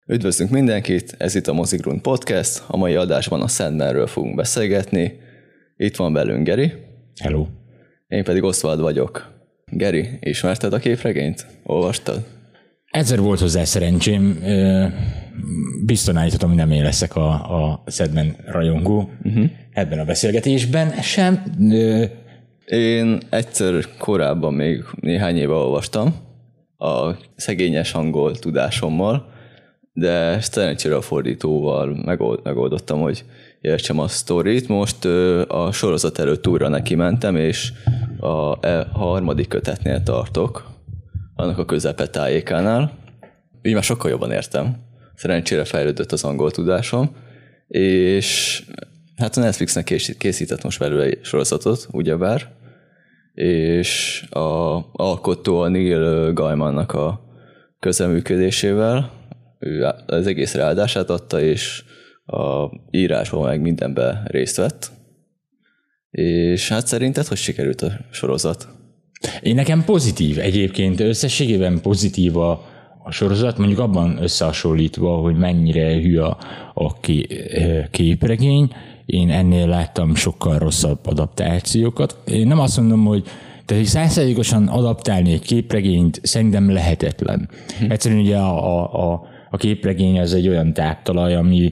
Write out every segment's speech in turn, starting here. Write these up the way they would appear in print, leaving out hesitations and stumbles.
Üdvözlünk mindenkit, ez itt a Mozigrund Podcast, a mai adásban a Sandmanről fogunk beszélgetni. Itt van velünk Geri. Hello. Én pedig Oswald vagyok. Geri, ismerted a képregényt? Olvastad? Egyszer volt hozzá szerencsém, biztosan állíthatom, hogy nem én leszek a Sandman rajongó ebben a beszélgetésben sem. Én egyszer korábban még néhány éve olvastam a szegényes angol tudásommal, de szerencsére a fordítóval megoldottam, hogy értsem a sztorit. Most a sorozat előtt újra neki mentem, és a harmadik kötetnél tartok, annak a közepetájékánál. Így már sokkal jobban értem. Szerencsére fejlődött az angol tudásom, és hát a Netflixnek készített most belőle egy sorozatot, ugyebár, és a alkotó a Neil Gaimannak a közreműködésével ő az egész ráadását adta, és a írásban meg mindenben részt vett. És hát szerinted hogy sikerült a sorozat? Én nekem pozitív egyébként, összességében pozitív a sorozat, mondjuk abban összehasonlítva, hogy mennyire hű a képregény. Én ennél láttam sokkal rosszabb adaptációkat. Én nem azt mondom, hogy 100%-osan adaptálni egy képregényt szerintem lehetetlen. Egyszerűen ugye a képregény az egy olyan táptalaj,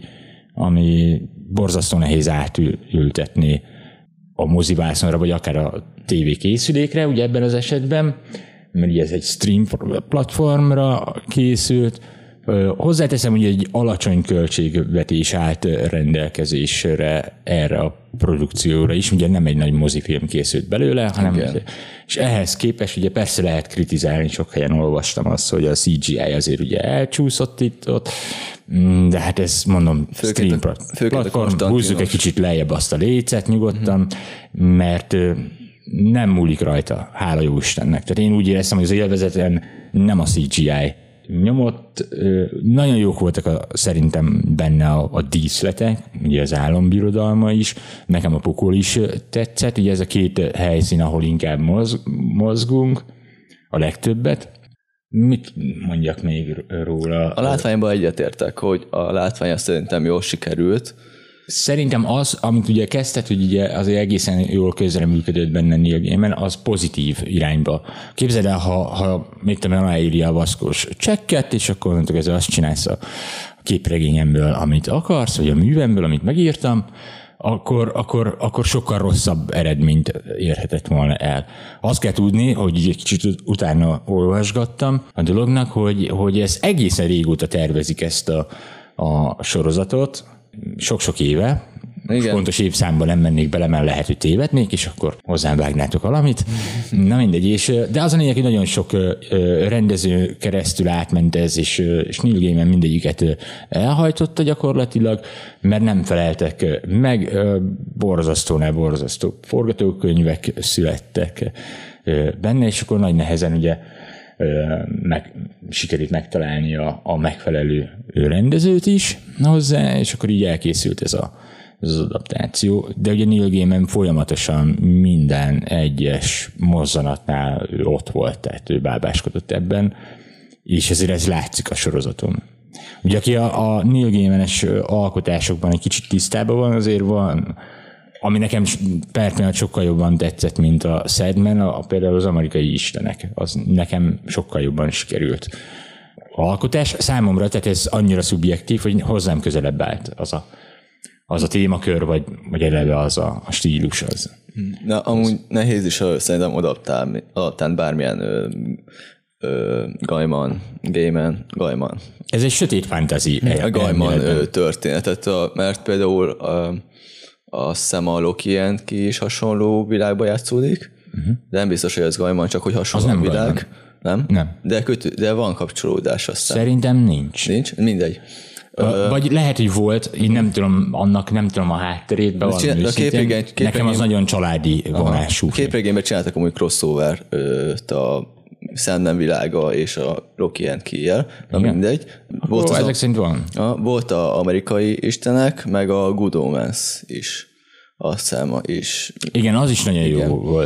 ami borzasztó nehéz átültetni a mozivászonra, vagy akár a tévékészülékre, ugye ebben az esetben, mert ugye ez egy stream platformra készült. Hozzáteszem, hogy egy alacsony költségvetés állt rendelkezésre erre a produkcióra is, ugye nem egy nagy mozifilm készült belőle, hanem és ehhez képest ugye persze lehet kritizálni, sok helyen olvastam azt, hogy a CGI azért ugye elcsúszott itt-ott, de hát ez mondom, stream platform, húzzuk egy kicsit lejjebb azt a lécet nyugodtan, mert nem múlik rajta, hála jó Istennek. Tehát én úgy éreztem, hogy az élvezeten nem a CGI nyomott, nagyon jók voltak szerintem benne a díszletek, ugye az álombirodalma is, nekem a pokol is tetszett, ugye ez a két helyszín, ahol inkább mozgunk, a legtöbbet. Mit mondjak még róla? A látványban egyetértek, hogy a látvány szerintem jól sikerült. Szerintem az, amit ugye kezdted, hogy ugye azért egészen jól közreműködött benne Neil Gaiman, az pozitív irányba. Képzeld el, ha még te aláírja a vaskos csekket, és akkor mondjuk ezzel azt csinálsz a képregényemből, amit akarsz, vagy a művemből, amit megírtam, akkor sokkal rosszabb eredményt érhetett volna el. Azt kell tudni, hogy egy kicsit utána olvasgattam a dolognak, hogy ez egészen régóta tervezik ezt a sorozatot, sok-sok éve. Igen. Pontos évszámban nem mennék bele, mert lehet, hogy tévednék, és akkor hozzám vágnátok valamit. Na mindegy, de az a lényeg, hogy nagyon sok rendező keresztül átment ez, és Neil Gaiman mindegyiket elhajtotta gyakorlatilag, mert nem feleltek meg, borzasztó forgatókönyvek születtek benne, és akkor nagy nehezen ugye sikerült megtalálni a megfelelő rendezőt is hozzá, és akkor így elkészült ez az adaptáció. De ugye Neil Gaiman folyamatosan minden egyes mozzanatnál ott volt, tehát ő bábáskodott ebben, és ezért ez látszik a sorozaton. Ugye aki a Neil Gaiman-es alkotásokban egy kicsit tisztában van, azért van, ami nekem pertményt sokkal jobban tetszett, mint a Sandman, például az Amerikai Istenek. Az nekem sokkal jobban sikerült alkotás. Számomra, tehát ez annyira szubjektív, hogy hozzám közelebb állt az a témakör, vagy eleve az a stílus az. Na, amúgy nehéz is szerintem adaptálni bármilyen Gaiman. Ez egy sötét fantasy. A Gaiman történetet, mert például azt hiszem a Loki and Key is hasonló világba játszódik, de nem biztos, hogy ez Gaiman, csak hogy hasonló nem világ. Nem? De van kapcsolódás, aztán. Szerintem nincs. Nincs? Mindegy. Vagy lehet, hogy volt, én nem tudom a hátterét, bevallom őszintén. Nekem az nagyon családi vonású. A képregényben csináltak amúgy crossover-t a Sandman világa és a Loki and Key-jel. Na mindegy. Ezek szerint van. Volt az Amerikai Istenek, meg a Good Omens is. Azt hiszem is. Igen, az is nagyon jó volt.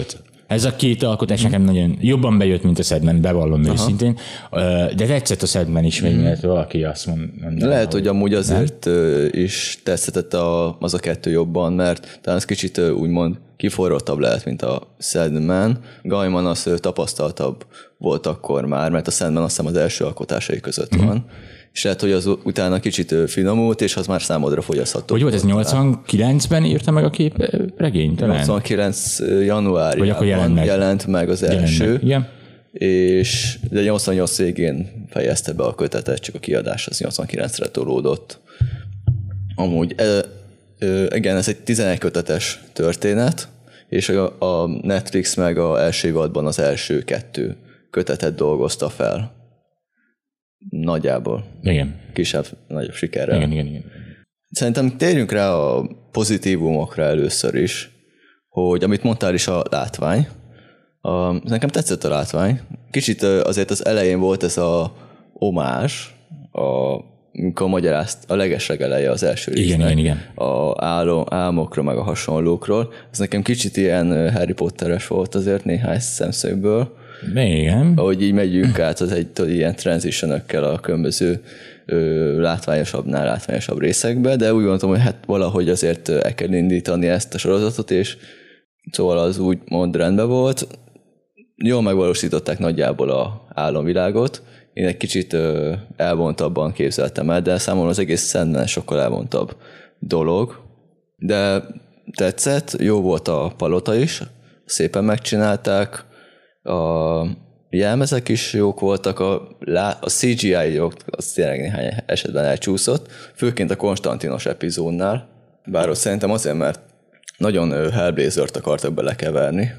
Ez a két alkotás nekem nagyon jobban bejött, mint a Sandman, bevallom őszintén, de tetszett a Sandman is, még mert valaki azt mondja. Lehet, hogy amúgy azért is tetszett az a kettő jobban, mert talán ez kicsit úgymond kiforrottabb lehet, mint a Sandman. Gaiman az tapasztaltabb volt akkor már, mert a Sandman azt hiszem az első alkotásai között van. És lehet, hogy az utána kicsit finomult, és az már számodra fogyasztható. Hogy volt ez 89-ben írta meg a képregényt? 89 januárjában jelent meg az első. Igen. És de 88 végén fejezte be a kötetet, csak a kiadás az 89-re tolódott. Amúgy igen, ez egy 11 kötetes történet, és a Netflix meg az első évadban az első 2 kötetet dolgozta fel. Nagyjából. Igen. Kisebb, nagyobb sikerrel. Igen. Szerintem térjünk rá a pozitívumokra először is, hogy amit mondtál is a látvány. Nekem tetszett a látvány. Kicsit azért az elején volt ez a omázs, amikor magyarázt a legeslegeleje az első résznek. Igen. A álmokra, meg a hasonlókról. Ez nekem kicsit ilyen Harry Potteres volt azért néhány szemszögből. Igen. Ahogy így megyünk át az ilyen transitionökkel a különböző látványosabbnál látványosabb részekbe, de úgy gondolom, hogy hát valahogy azért el kell indítani ezt a sorozatot, és szóval az úgy mond rendben volt. Jól megvalósították nagyjából a álomvilágot. Én egy kicsit elvontabban képzeltem el, de számomra az egész Sandman sokkal elvontabb dolog. De tetszett, jó volt a palota is, szépen megcsinálták, a jelmezek is jók voltak, a CGI jók, az tényleg néhány esetben elcsúszott, főként a Konstantinos epizódnál, bár ott szerintem azért, mert nagyon Hellblazer-t akartak belekeverni.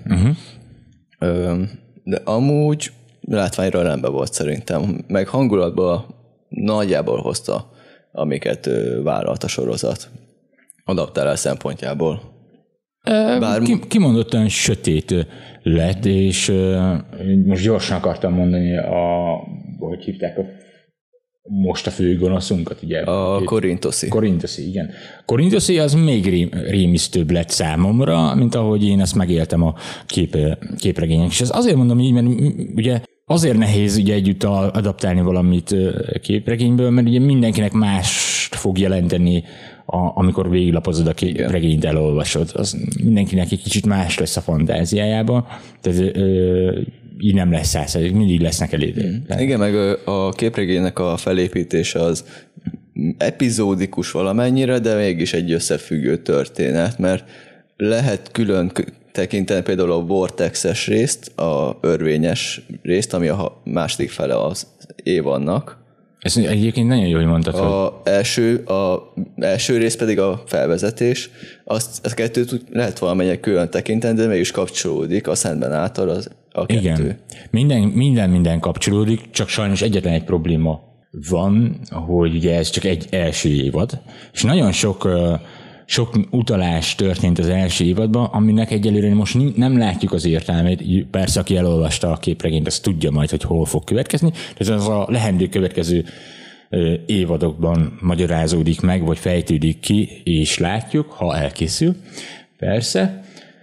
De amúgy látványra rendben volt szerintem, meg hangulatban nagyjából hozta, amiket vállalt a sorozat adaptálás szempontjából. Bár kimondottan sötét lett, és most gyorsan akartam mondani, hogy hívták most a főgonoszunkat, ugye? A Korintoszi. Korintoszi, igen. Korintoszi az még rémisztőbb lett számomra, mint ahogy én ezt megéltem a képregények. És ezt azért mondom így, mert ugye azért nehéz ugye együtt adaptálni valamit képregényből, mert ugye mindenkinek mást fog jelenteni, amikor végiglapozod a regényt, elolvasod. Az mindenkinek egy kicsit más lesz a fantáziájában, tehát így nem lesz 100%, mindig lesznek elég. Igen, meg a képregénynek a felépítése az epizódikus valamennyire, de mégis egy összefüggő történet, mert lehet külön tekinteni például a Vortex-es részt, a örvényes részt, ami a második fele az évadnak. Ez egyébként nagyon jó, hogy mondtad. Az első rész pedig a felvezetés. Azt kettőt lehet valamennyire külön tekinteni, de mégis kapcsolódik a Sandman által a kettő. Igen, minden kapcsolódik, csak sajnos egyetlen egy probléma van, hogy ugye ez csak egy első évad, és nagyon sok utalás történt az első évadban, aminek egyelőre most nem látjuk az értelmét. Persze, aki elolvasta a képregényt, az tudja majd, hogy hol fog következni. Ez az a lehendő következő évadokban magyarázódik meg, vagy fejtődik ki, és látjuk, ha elkészül. Persze.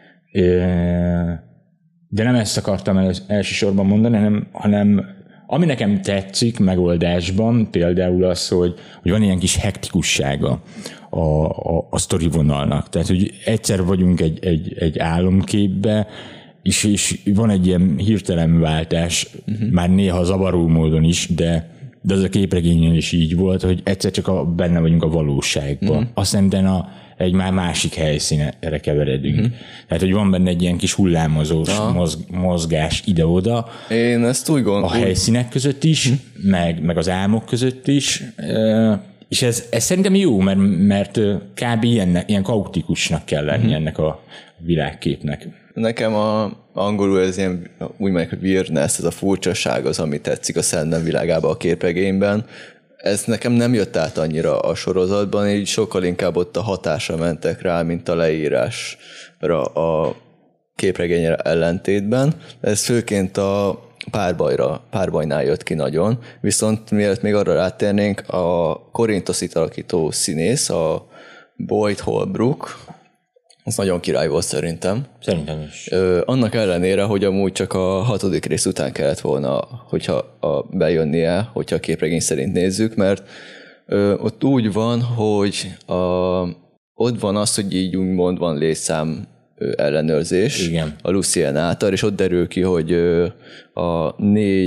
De nem ezt akartam elsősorban mondani, hanem ami nekem tetszik megoldásban, például az, hogy van ilyen kis hektikussága a sztori vonalnak. Tehát, hogy egyszer vagyunk egy álomképbe, és van egy ilyen hirtelen váltás, már néha zavaró módon is, de az a képregényen is így volt, hogy egyszer csak benne vagyunk a valóságban. Aztán utána egy már másik helyszínre keveredünk. Tehát, hogy van benne egy ilyen kis hullámozós mozgás ide-oda. Én ezt úgy gondolom. A helyszínek között is, meg az álmok között is. És ez szerintem jó, mert kb. Ilyen kaotikusnak kell lenni ennek a világképnek. Nekem angolul ez ilyen, úgy mondják, hogy weirdness, ez a furcsaság az, ami tetszik a Sandman világában a képregényben. Ez nekem nem jött át annyira a sorozatban, így sokkal inkább ott a hatásra mentek rá, mint a leírásra a képregényre ellentétben. Ez főként a párbajnál jött ki nagyon, viszont mielőtt még arra rátérnénk, a Korintoszit alakító színész, a Boyd Holbrook, Az nagyon király volt szerintem. Szerintem is. Annak ellenére, hogy amúgy csak a 6. rész után kellett volna, hogyha bejönnie, hogyha a képregény szerint nézzük, mert ott úgy van, hogy ott van az, hogy így úgymond van létszám ellenőrzés. Igen. A Lucien által, és ott derül ki, hogy a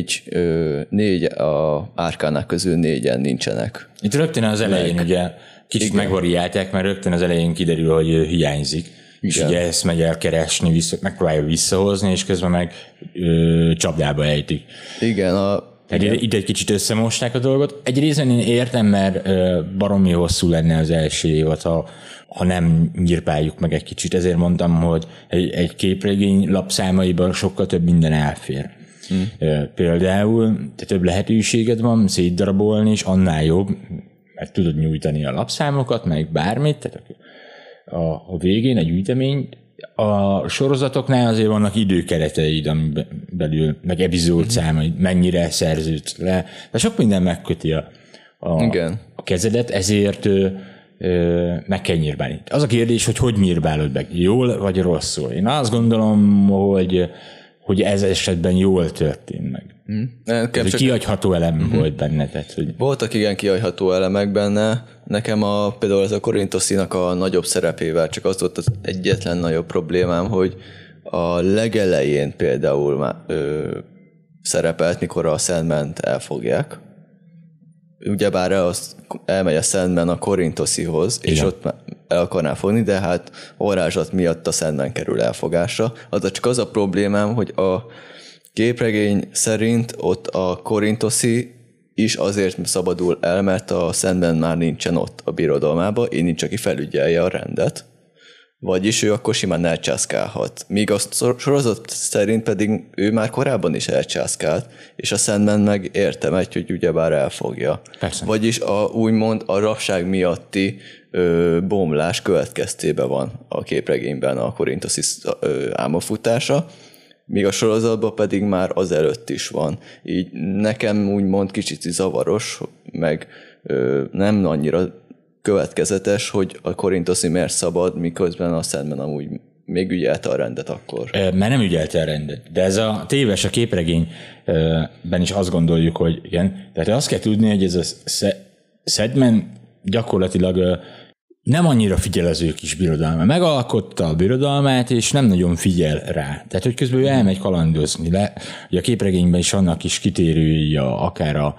négy a árkánák közül 4-en nincsenek. Itt rögtön az elején ugye kicsit megvariálták, mert rögtön az elején kiderül, hogy hiányzik. És ugye ezt megy el keresni, megpróbálja visszahozni, és közben meg csapdába ejtik. Igen. Itt egy kicsit összemosták a dolgot. Egy részben én értem, mert baromi hosszú lenne az első évad, ha nem nyírpáljuk meg egy kicsit. Ezért mondtam, hogy egy képregény lapszámaiban sokkal több minden elfér. Például te több lehetőséged van szétdarabolni, és annál jobb, mert tudod nyújtani a lapszámokat, meg bármit, tehát a végén egy gyűjtemény. A sorozatoknál azért vannak időkereteid, amiben belül, meg epizódszámaid, mennyire szerződsz le, de sok minden megköti a kezedet, ezért meg kell nyírbálni. Az a kérdés, hogy nyírbálod meg, jól vagy rosszul. Én azt gondolom, hogy ez esetben jól történt meg. Ez kihagyható elem volt benne. Tehát, hogy... Voltak igen kihagyható elemek benne. Nekem például ez a Korintoszinak a nagyobb szerepével csak az volt az egyetlen nagyobb problémám, hogy a legelején például már szerepelt, mikor a Sandment elfogják. Ugyebár elmegy a Sandman a Korintoszihoz, és ott el akarná fogni, de hát varázslat miatt a Sandman kerül elfogásra. Csak az a problémám, hogy a képregény szerint ott a Korintoszi is azért szabadul el, mert a Sandman már nincsen ott a birodalmában, így nincs, aki felügyelje a rendet. Vagyis ő akkor simán elcsászkálhat. Míg a sorozat szerint pedig ő már korábban is elcsászkált, és a Sandman meg érte megy, hogy ugyebár elfogja. Persze. Vagyis úgymond a rabság miatti bomlás következtében van a képregényben a Korintoszi álmafutása, míg a sorozatban pedig már azelőtt is van. Így nekem úgymond kicsit zavaros, meg nem annyira következetes, hogy a Korintoszi miért szabad, miközben a Sandman amúgy még ügyelte a rendet akkor. Mert nem ügyelte a rendet. De ez a téves a képregényben is azt gondoljuk, hogy igen. Tehát azt kell tudni, hogy ez a Sandman gyakorlatilag nem annyira figyel az ő kis birodalma. Megalkotta a birodalmát, és nem nagyon figyel rá. Tehát, hogy közben ő elmegy kalandozni le. Ugye a képregényben is annak is kitérői, akár a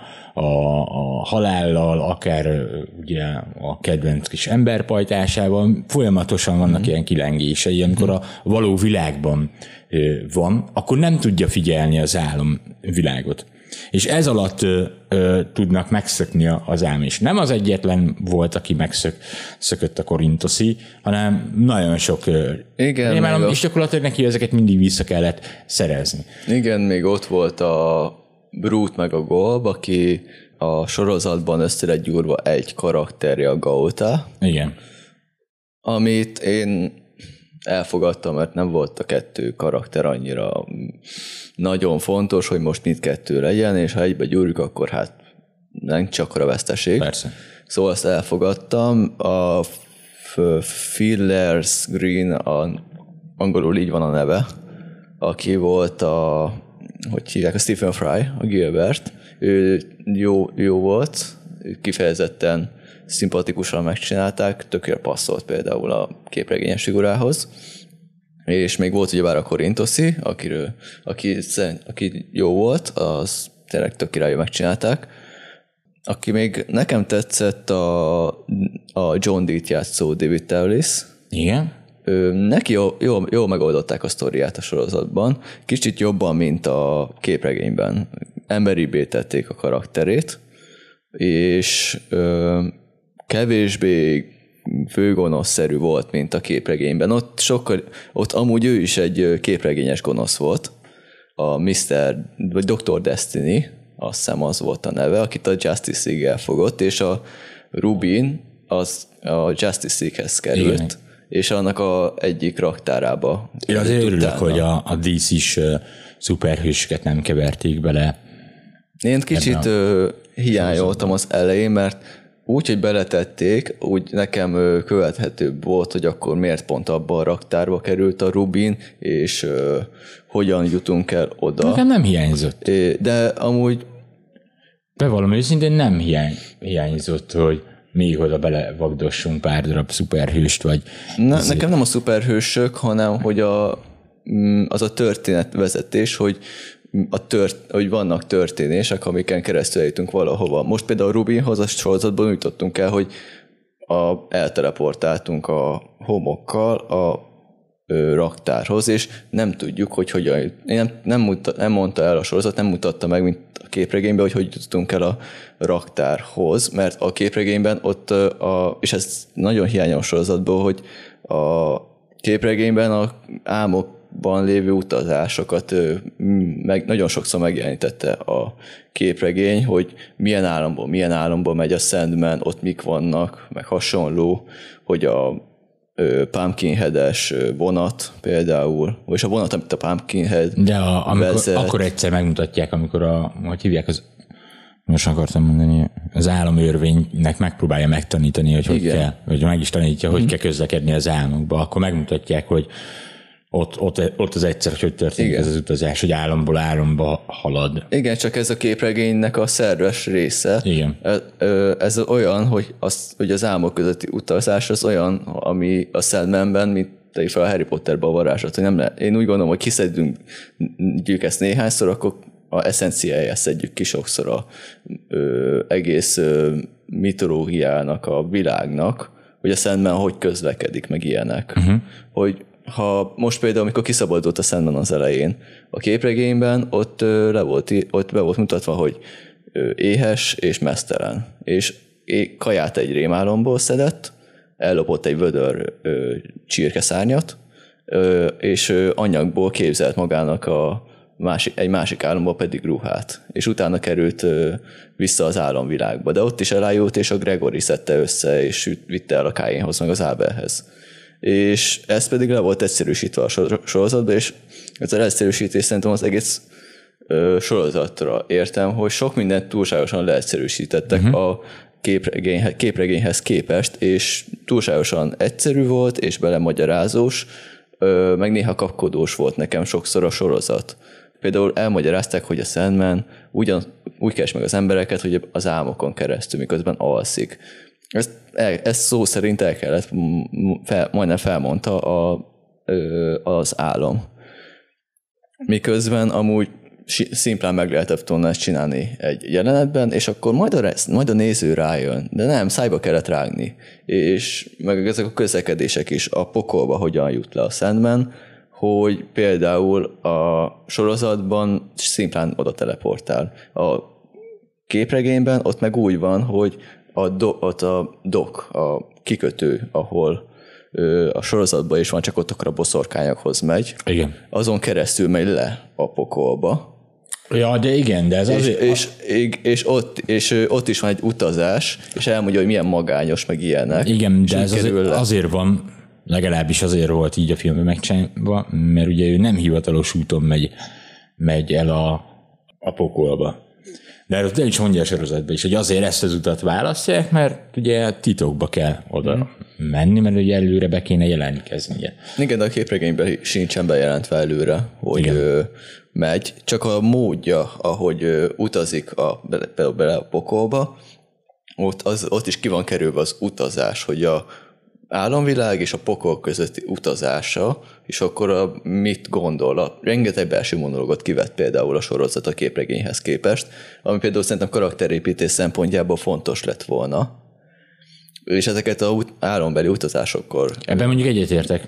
halállal, akár ugye a kedvenc kis emberpajtásával. Folyamatosan vannak ilyen kilengései, amikor a való világban van, akkor nem tudja figyelni az álomvilágot. És ez alatt tudnak megszökni az álom. És nem az egyetlen volt, aki megszökött a Korintoszi, hanem nagyon sok rémálom, és gyakorlatilag neki ezeket mindig vissza kellett szerezni. Igen, még ott volt a Brute meg a Golb, aki a sorozatban össze lett gyúrva egy karakterje, a Gauta. Igen. Amit én elfogadtam, mert nem volt a 2 karakter annyira nagyon fontos, hogy most mindkettő legyen, és ha egybe gyúrjuk, akkor hát nem csak a veszteség. Persze. Szóval azt elfogadtam. A Fiddler's Green, angolul így van a neve, aki volt hogy hívják, a Stephen Fry, a Gilbert. Ő jó volt, kifejezetten szimpatikusan megcsinálták, tökéletesen passzolt például a képregényes figurához. És még volt ugyebár a Korintoszi, aki jó volt, az tényleg tökéletesen megcsinálták. Aki még nekem tetszett a John Dee-t játszó David Tewlis. Igen. Neki jól megoldották a sztoriát a sorozatban. Kicsit jobban, mint a képregényben. Emberibbé tették a karakterét, és kevésbé főgonoszszerű volt, mint a képregényben. Ott amúgy ő is egy képregényes gonosz volt. Vagy Dr. Destiny, azt hiszem az volt a neve, akit a Justice League elfogott, és a Rubin az a Justice League-hez került. Igen. És annak egyik raktárába. Én azért örülök, hogy a DC-s szuperhősöket nem keverték bele. Én kicsit hiányoltam az elején, mert úgy, hogy beletették, úgy nekem követhetőbb volt, hogy akkor miért pont abba a raktárba került a rubin, és hogyan jutunk el oda. Nekem nem hiányzott. De amúgy... Bevallom őszintén nem hiányzott, hogy még oda belevagdossunk pár darab szuperhőst, vagy... Nekem nem a szuperhősök, hanem hogy az a történetvezetés, hogy hogy vannak történések, amiken keresztül eljutunk valahova. Most például a Rubinhoz a sorozatban jutottunk el, hogy elteleportáltunk a homokkal a raktárhoz, és nem tudjuk, hogy hogyan. Nem mondta el a sorozat, nem mutatta meg, mint a képregényben, hogy jutottunk el a raktárhoz, mert a képregényben ott, és ez nagyon hiányos a sorozatból, hogy a képregényben a álmokban lévő utazásokat nagyon sokszor megjelenítette a képregény, hogy milyen államból megy a Sandman, ott mik vannak, meg hasonló, hogy a Pumpkinhead-es vonat például, és a vonat, amit a Pumpkinhead de akkor egyszer megmutatják, amikor hogy hívják, most akartam mondani, az álomőrvénynek megpróbálja megtanítani, hogy kell, vagy meg is tanítja, hogy kell közlekedni az álmokba, akkor megmutatják, hogy ott az egyszer, hogy történik ez az utazás, hogy álomból álomba halad. Igen, csak ez a képregénynek a szerves része. Igen. Ez olyan, hogy az álmok közötti utazás az olyan, ami a Sandmanben, mint fel a Harry Potterben a varázslat, hogy nem én úgy gondolom, hogy kiszedjük ezt néhányszor, akkor a eszenciáját szedjük ki sokszor a egész mitológiának, a világnak, hogy a Sandman hogy közlekedik, meg ilyenek. Hogy ha most például, amikor kiszabadult a Sandman az elején, a képregényben ott be volt mutatva, hogy éhes és meztelen, és kaját egy rémálomból szedett, ellopott egy vödör csirkeszárnyat, és anyagból képzelt magának egy másik álomból pedig ruhát, és utána került vissza az álomvilágba, de ott is elájult, és a Gregory szedte össze, és vitte el a Cainhoz, meg az Abelhez. És ez pedig le volt egyszerűsítve a sorozatban, és ez az egyszerűsítés szerintem az egész sorozatra értem, hogy sok mindent túlságosan leegyszerűsítettek a képregényhez képest, és túlságosan egyszerű volt, és belemagyarázós, meg néha kapkodós volt nekem sokszor a sorozat. Például elmagyarázták, hogy a Sandman úgy keres meg az embereket, hogy az álmokon keresztül, miközben alszik. Ezt szó szerint el kellett, majdnem felmondta az álom. Miközben amúgy szimplán meg lehetett volna ezt csinálni egy jelenetben, és akkor majd a néző rájön, de nem, szájba kellett rágni. És meg ezek a közlekedések is, a pokolba hogyan jut le a Sandman, hogy például a sorozatban szimplán oda teleportál. A képregényben ott meg úgy van, hogy ott a dock, a kikötő, ahol a sorozatban is van, csak ott akkor a boszorkányokhoz megy. Igen. Azon keresztül megy le a pokolba. Ja, de igen, de ez azért... És ott is van egy utazás, és elmondja, hogy milyen magányos, meg ilyenek. Igen, de ez azért van, legalábbis azért volt így a filmben megcsinálva, mert ugye ő nem hivatalos úton megy el a pokolba. De erről el is mondja a sorozatban is, hogy azért ezt az utat választják, mert ugye titokba kell oda menni, mert ugye előre be kéne jelentkeznie. Igen, de a képregényben sincsen bejelentve előre, hogy megy. Csak a módja, ahogy utazik bele a pokolba, ott is ki van kerülve az utazás, hogy a álomvilág és a pokol közötti utazása, és akkor mit gondol. Rengeteg belső monológot kivett például a sorozat a képregényhez képest, ami például szerintem karakterépítés szempontjából fontos lett volna. És ezeket az álombeli utazásokkor... Ebben mondjuk egyetértek.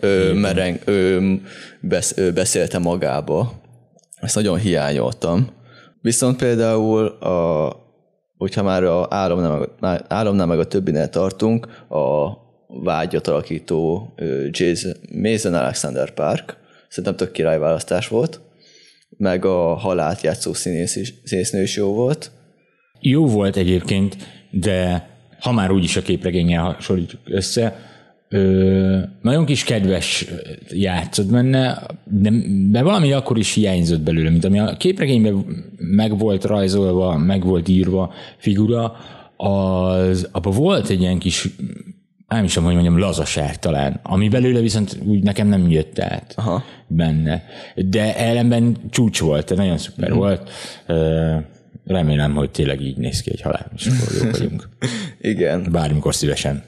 Beszélte magába. Ezt nagyon hiányoltam. Viszont például, hogyha már az álomnál meg a többinél tartunk, a vágyat alakító Jason Alexander Park, szerintem tök királyválasztás volt, meg a halált játszó színésznő is jó volt. Jó volt egyébként, de ha már úgyis a képregénnyel hasonlítjuk össze, nagyon kis kedves játszott benne, de valami akkor is hiányzott belőle, mint ami a képregényben meg volt rajzolva, meg volt írva figura, abban volt egy ilyen kis, nem is tudom, hogy mondjam, lazaság talán, ami belőle viszont úgy nekem nem jött át benne. De ellenben csúcs volt, nagyon szuper volt. Remélem, hogy tényleg így néz ki egy halál, és akkor jók vagyunk. Igen. Bármikor szívesen.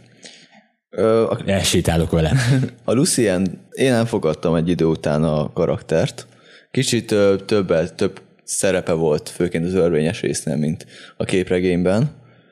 Elsétálok vele. A Lucien, én nem fogadtam egy idő után a karaktert. Kicsit több szerepe volt, főként az örvényes résznél, mint a képregényben.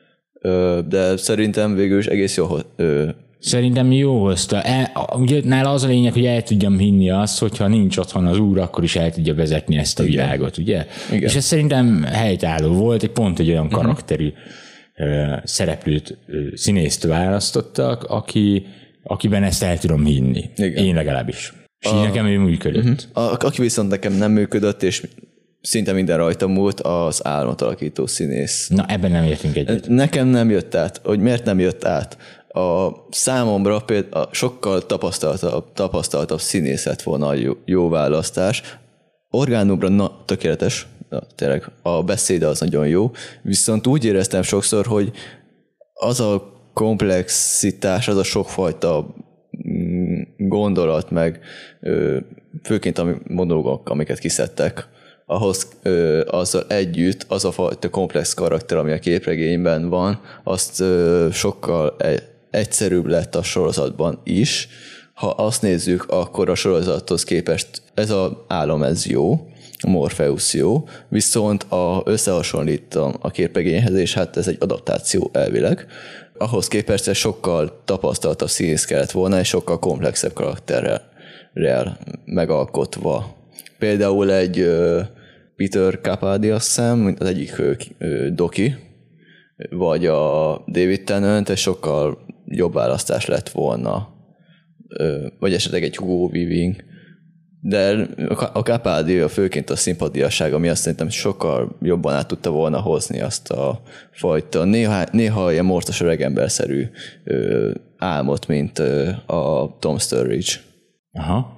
De szerintem végül is egész jó. Szerintem jó hozta. Ugye nála az a lényeg, hogy el tudjam hinni azt, hogyha nincs otthon az úr, akkor is el tudja vezetni ezt a világot, ugye? Igen. És ez szerintem helytálló volt, pont egy olyan karakterű szereplőt, színészt választottak, akiben ezt el tudom hinni. Igen. Én legalábbis. És így nekem ő működött. Aki viszont nekem nem működött, és szinte minden rajta múlt, az álmot alakító színész. Na, ebben nem értünk egyet. Nekem nem jött át. Hogy miért nem jött át? A számomra például sokkal tapasztaltabb színész lett volna a jó választás. Orgánumra tökéletes, tényleg a beszéde az nagyon jó, viszont úgy éreztem sokszor, hogy az a komplexitás, az a sokfajta gondolat, meg főként a monológok, amiket kiszedtek, ahhoz azzal együtt az a fajta komplex karakter, ami a képregényben van, azt sokkal egyszerűbb lett a sorozatban is. Ha azt nézzük, akkor a sorozathoz képest ez az álom, ez jó, a Morpheus jó, viszont összehasonlítom a képregényhez, és hát ez egy adaptáció elvileg, ahhoz képest ez sokkal tapasztaltabb színész kellett volna, és sokkal komplexebb karakterrel megalkotva. Például egy Peter Capaldi, azt hiszem, az egyik doki, vagy a David Tennant, ez sokkal jobb választás lett volna. Vagy esetleg egy Hugo Weaving. De a Capaldi főként a szimpatiassága miatt szerintem sokkal jobban át tudta volna hozni azt a fajta, néha ilyen mortos öregemberszerű álmot, mint a Tom Sturridge. Aha.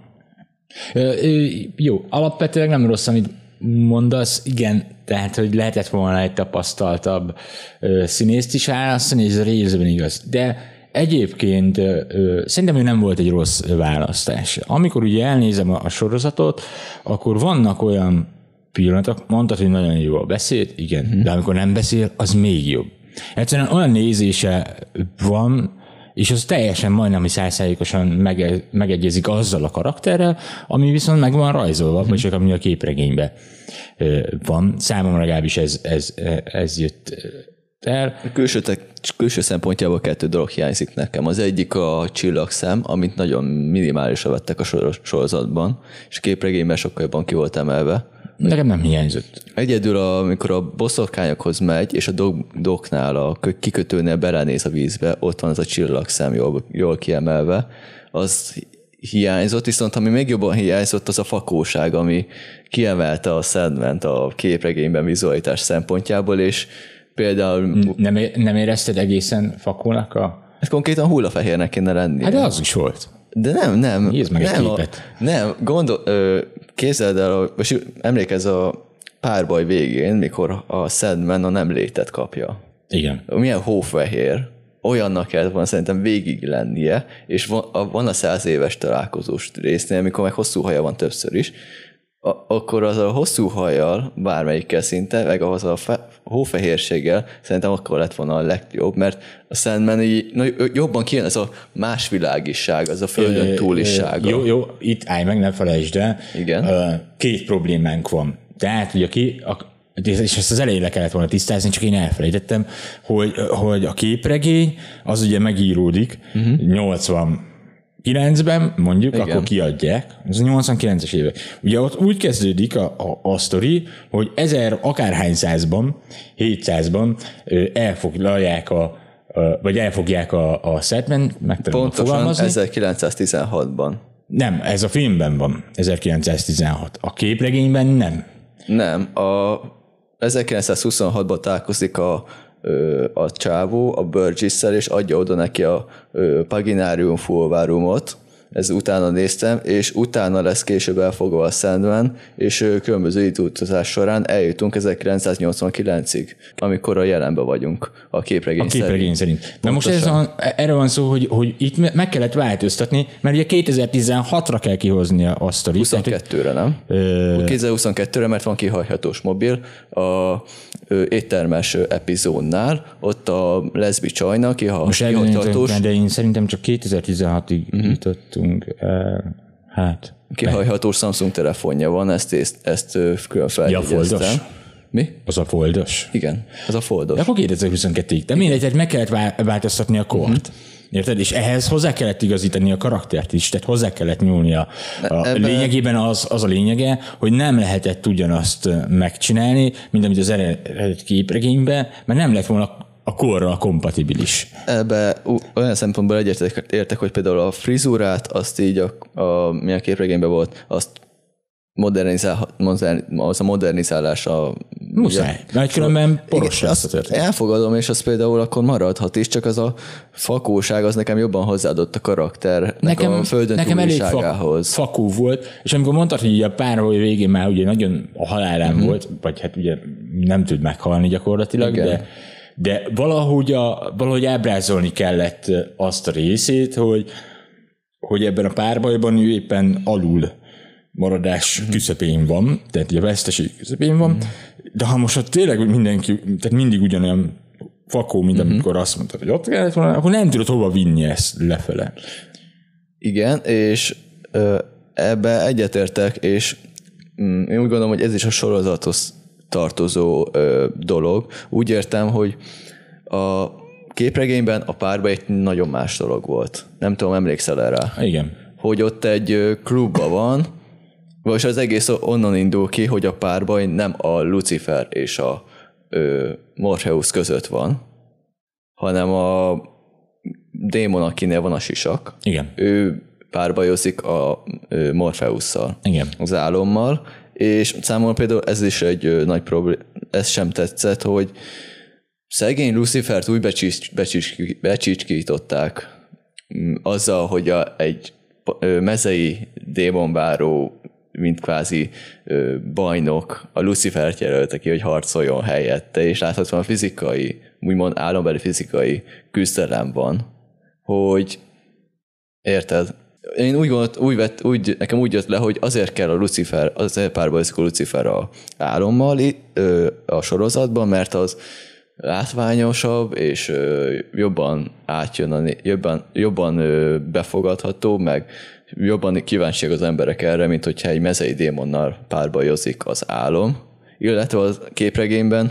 Jó, alapvetően nem rossz, amit mondasz, igen, tehát, hogy lehetett volna egy tapasztaltabb színészt is választani, és ez részben igaz. De egyébként szerintem ő nem volt egy rossz választás. Amikor ugye elnézem a sorozatot, akkor vannak olyan pillanatok, mondtad, hogy nagyon jó a beszéd, igen, de amikor nem beszél, az még jobb. Egyszerűen olyan nézése van, és az teljesen majdnem 100%-osan megegyezik azzal a karakterrel, ami viszont meg van rajzolva, vagy csak ami a képregényben van. Számomra legalábbis ez jött el. Külső szempontjából 2 dolog hiányzik nekem. Az egyik a csillagszem, amit nagyon minimálisra vettek a sorozatban, és a képregényben sokkal jobban ki volt emelve. Nekem nem hiányzott. Egyedül, amikor a boszorkányokhoz megy, és a doknál, a kikötőnél belenéz a vízbe, ott van az a csillagszem jól kiemelve, az hiányzott, viszont ami még jobban hiányzott, az a fakóság, ami kiemelte a Sandman-t a képregényben vizualitás szempontjából, és például... Nem érezted egészen fakónak Ez konkrétan hullafehérnek kéne lennie. Hát de az is volt. De nem. Nézd meg egy képet. Képzeld el, és emlékezz a párbaj végén, mikor a Sandman a nem létet kapja. Igen. Milyen hófehér. Olyannak kellett volna szerintem végig lennie, és van a 100 éves találkozós résznél, amikor meg hosszú haja van többször is, akkor az a hosszú hajjal, bármelyikkel szinte, meg ahhoz a hófehérséggel szerintem akkor lett volna a legjobb, mert a Sandman így jobban kijön ez a másvilágiság, az a földön túlisága. Jó, itt állj meg, ne felejtsd el. Igen. 2 problémánk van. Tehát, ugye és ezt az elején le kellett volna tisztázni, csak én elfelejtettem, hogy a képregény az ugye megíródik 89-ben, mondjuk, igen, akkor kiadják, ez a 89-es évek. Ugye ott úgy kezdődik a sztori, hogy 1000 akárhány százban, 700-ban elfoglalják vagy elfogják a Sandman, meg tudom fogalmazni. 1916-ban. Nem, ez a filmben van, 1916. A képregényben nem. Nem, 1926-ban találkozik a csávó a Burgess-szel, és adja oda neki a Paginarium fulvárumot, ez utána néztem, és utána lesz később elfogva a Sandman, és különböző időutazás során eljutunk 1989-ig, amikor a jelenben vagyunk a képregény szerint. Na most erre van szó, hogy itt meg kellett változtatni, mert ugye 2016-ra kell kihozni a sztorit. 22-re, nem? 2022-re, mert van kihajhatós mobil a éttermes epizódnál, ott a leszbi csajnak kihajhatós... De én szerintem csak 2016-ig jutottunk. Hát... Kihajhatós Samsung telefonja van, ezt külön feljegyeztem. Ja, mi? Az a foldos? Igen, az a foldos. De akkor 2022-ig. De mindegy, tehát meg kellett változtatni a kort. Érted? És ehhez hozzá kellett igazítani a karaktert is, tehát hozzá kellett nyúlni lényegében az a lényege, hogy nem lehetett ugyanazt megcsinálni, mint amit az eredeti képregényben, mert nem lett volna a korral kompatibilis. Ebbe olyan szempontból egyetértek, hogy például a frizurát, azt így milyen képregényben volt, azt az a modernizálása... Muszáj, mert különben poros lesz a történet. Elfogadom, és az például akkor maradhat is, csak az a fakóság az nekem jobban hozzáadott a karakternek a földön túliságához. Fakó volt, és amikor mondtad, hogy a párbaj végén már ugye nagyon a halálán volt, vagy hát ugye nem tud meghalni gyakorlatilag, de valahogy ábrázolni kellett azt a részét, hogy ebben a párbajban ő éppen alul maradás küszöbén van, tehát a veszteség küszöbén van, de ha most tényleg mindenki, tehát mindig ugyanolyan fakó, mint amikor azt mondtad, hogy ott kellett volna, akkor nem tudod hova vinni ezt lefele. Igen, és ebbe egyetértek, és én úgy gondolom, hogy ez is a sorozathoz tartozó dolog. Úgy értem, hogy a képregényben a párbaj egy nagyon más dolog volt. Nem tudom, emlékszel erre? Igen. Hogy ott egy klubban van, vagyis az egész onnan indul ki, hogy a párbaj nem a Lucifer és a Morpheus között van, hanem a démon, akinél van a sisak. Igen. Ő párbajozik a Morpheusszal, igen, az álommal, és számomra például ez is egy nagy probléma, ez sem tetszett, hogy szegény Lucifert úgy becsicskították azzal, hogy egy mezei démonbáró, mint kvázi bajnok, a Lucifert jelölte ki, hogy harcoljon helyette, és láthatóan a fizikai, úgymond álombeli fizikai küzdelem van, hogy érted? Én nekem úgy jött le, hogy azért kell a Lucifer, azért párbajzik a Lucifer a álommal a sorozatban, mert az látványosabb, és jobban átjön, jobban befogadható, meg jobban kíváncsiak az emberek erre, mint hogyha egy mezei démonnal párbajozik az álom. Illetve a képregényben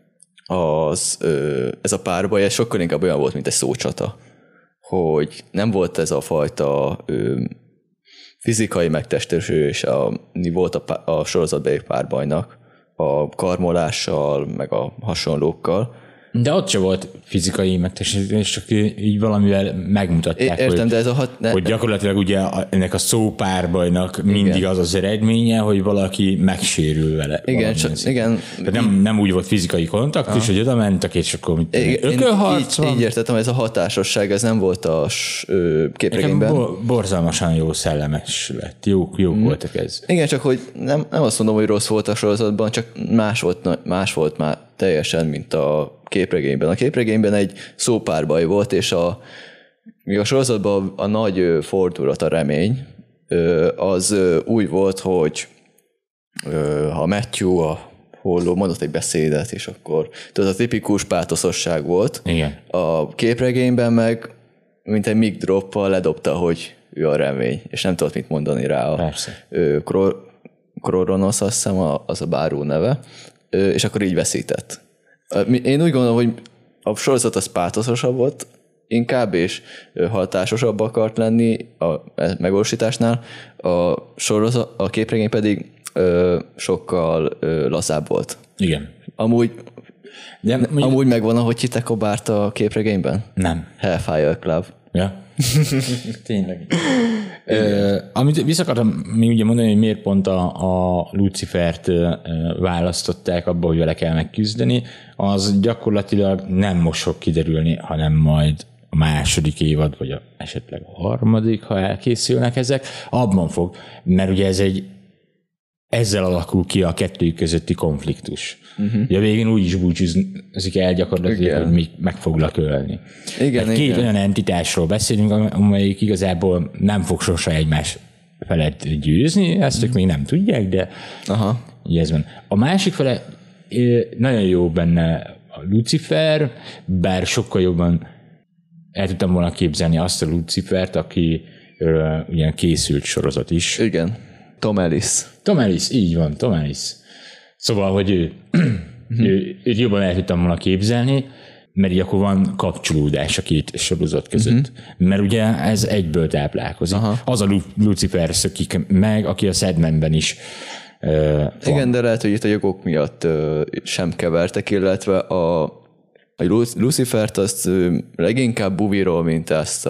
ez a párbaj sokkal inkább olyan volt, mint egy szócsata. Hogy nem volt ez a fajta fizikai megtestesülés, ami volt a sorozatbeli párbajnak, a karmolással, meg a hasonlókkal. De ott se volt fizikai megtestesülés, csak így valamivel megmutatták, értem, de ez hogy gyakorlatilag ugye ennek a szópárbajnak mindig az az eredménye, hogy valaki megsérül vele. Igen, igen. Nem úgy volt fizikai kontaktus, hogy oda mentek, és akkor ökölharc van. Így értettem, ez a hatásosság, ez nem volt a képregényben. Borzalmasan jó szellemes lett. Jók voltak ez. Igen, csak hogy nem azt mondom, hogy rossz volt a sorozatban, csak más volt már teljesen, mint a képregényben. A képregényben egy szópárbaj volt, és míg a sorozatban a nagy fordulat, a remény, az úgy volt, hogy ha Matthew a holló mondott egy beszédet, és akkor tudod, a tipikus pátoszosság volt. Igen. A képregényben meg mint egy mic droppal ledobta, hogy ő a remény, és nem tudott mit mondani rá. Persze. Kronosz, azt hiszem, az a báró neve, és akkor így veszített. Én úgy gondolom, hogy a sorozat az pátoszosabb volt inkább, és hatásosabb akart lenni a megvalósításnál. A képregény pedig sokkal lazább volt. Igen. Amúgy megvan, ahogy hittek a bárt a képregényben? Nem. Hellfire Club. Ja. Tényleg. Amit vissza akartam még ugye mondani, hogy miért pont a Lucifert választották abba, hogy vele kell megküzdeni, az gyakorlatilag nem most fog kiderülni, hanem majd a második évad, vagy esetleg a harmadik, ha elkészülnek ezek, abban fog, mert ugye ezzel alakul ki a kettőjük közötti konfliktus. Ugye a végén úgy is búcsúzik el gyakorlatilag, hogy meg foglak ölni. Igen. Két olyan entitásról beszélünk, amelyik igazából nem fog sose egymás felett győzni, ezt ők még nem tudják, de ez van. A másik fele nagyon jó benne a Lucifer, bár sokkal jobban el tudtam volna képzelni azt a Lucifert, aki ugyan készült sorozat is. Igen. Tom Ellis, így van, Tom Ellis. Szóval, hogy őt jobban el tudtam volna képzelni, mert így akkor van kapcsolódás a két sorozat között. Mert ugye ez egyből táplálkozik. Az a Lucifer szökik meg, aki a Sandmanben is van. Igen, de lehet, hogy itt a jogok miatt sem kevertek, illetve a Lucifert azt leginkább Buviról, mint ezt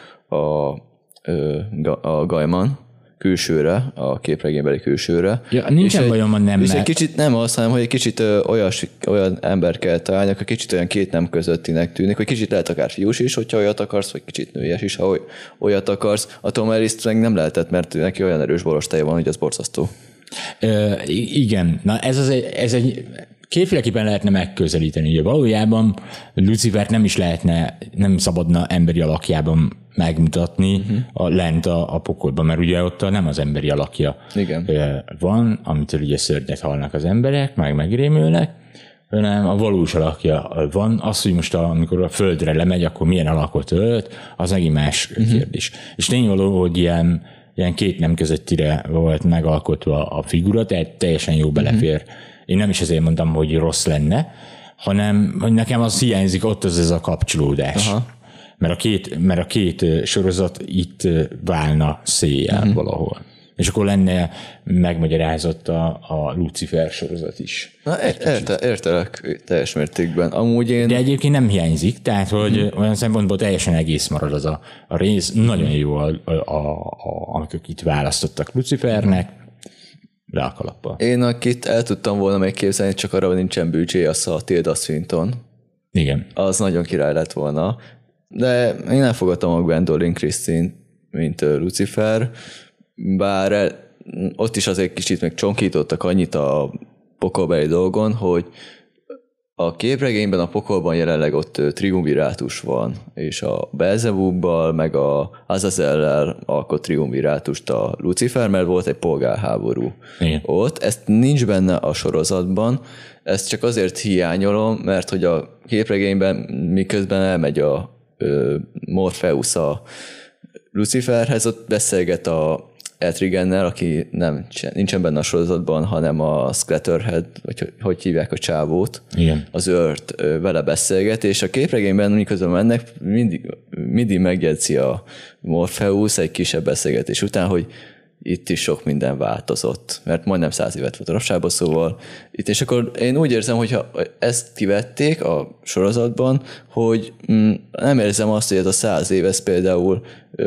a Gaiman külsőre, a képregénybeli külsőre. Ja, nincsen bajom a nem. És egy kicsit nem azt, hanem, hogy egy kicsit olyan ember kell találni, aki kicsit olyan két nem közöttinek tűnik, hogy kicsit lehet akár fiús is, hogyha olyat akarsz, vagy kicsit nőies is, ha olyat akarsz. A Tom Ellis-t meg nem lehetett, mert neki olyan erős borostája van, hogy az borzasztó. Igen, na ez egy kétféleképpen lehetne megközelíteni. Ugye valójában Lucifert nem szabadna emberi alakjában megmutatni lent a pokolban, mert ugye ott nem az emberi alakja van, amitől ugye szörnyet halnak az emberek, megrémülnek, hanem a valós alakja van. Az, hogy most amikor a földre lemegy, akkor milyen alakot ölt, az megint más kérdés. És tényvaló, hogy ilyen két nem közöttire volt megalkotva a figura, tehát teljesen jó belefér. Én nem is ezért mondtam, hogy rossz lenne, hanem hogy nekem az hiányzik, ott ez a kapcsolódás. Mert a két sorozat itt válna széjjel valahol. És akkor lenne megmagyarázott a Lucifer sorozat is. Na, értelek teljes mértékben. De egyébként nem hiányzik, tehát hogy olyan szempontból teljesen egész marad az a rész. Nagyon jó, amikor itt választottak Lucifernek, le a kalappal. Én akit el tudtam volna még képzelni, csak arra nincsen büdzsé, az a Tilda Swinton. Igen. Az nagyon király lett volna. De én elfogadtam a Gwendolyn Christine, mint Lucifer, bár ott is azért kicsit meg csonkítottak annyit a pokolbeli dolgon, hogy a képregényben a pokolban jelenleg ott triumvirátus van, és a Beelzebubbal meg a Azazellel alkot triumvirátust a Lucifer, mert volt egy polgárháború ott. Ezt nincs benne a sorozatban, ezt csak azért hiányolom, mert hogy a képregényben miközben elmegy a Morpheus a Luciferhez, ott beszélget a Etrigennel, aki nincsen benne a sorozatban, hanem a Scatterhead, vagy hogy hívják a csávót, az őrt vele beszélget, és a képregényben, miközben mennek, mindig megjegyzi a Morpheus egy kisebb beszélgetés után, hogy itt is sok minden változott, mert majdnem 100 évet volt a rabságban, szóval itt, és akkor én úgy érzem, hogyha ezt kivették a sorozatban, hogy nem érzem azt, hogy ez a 100 év, ez például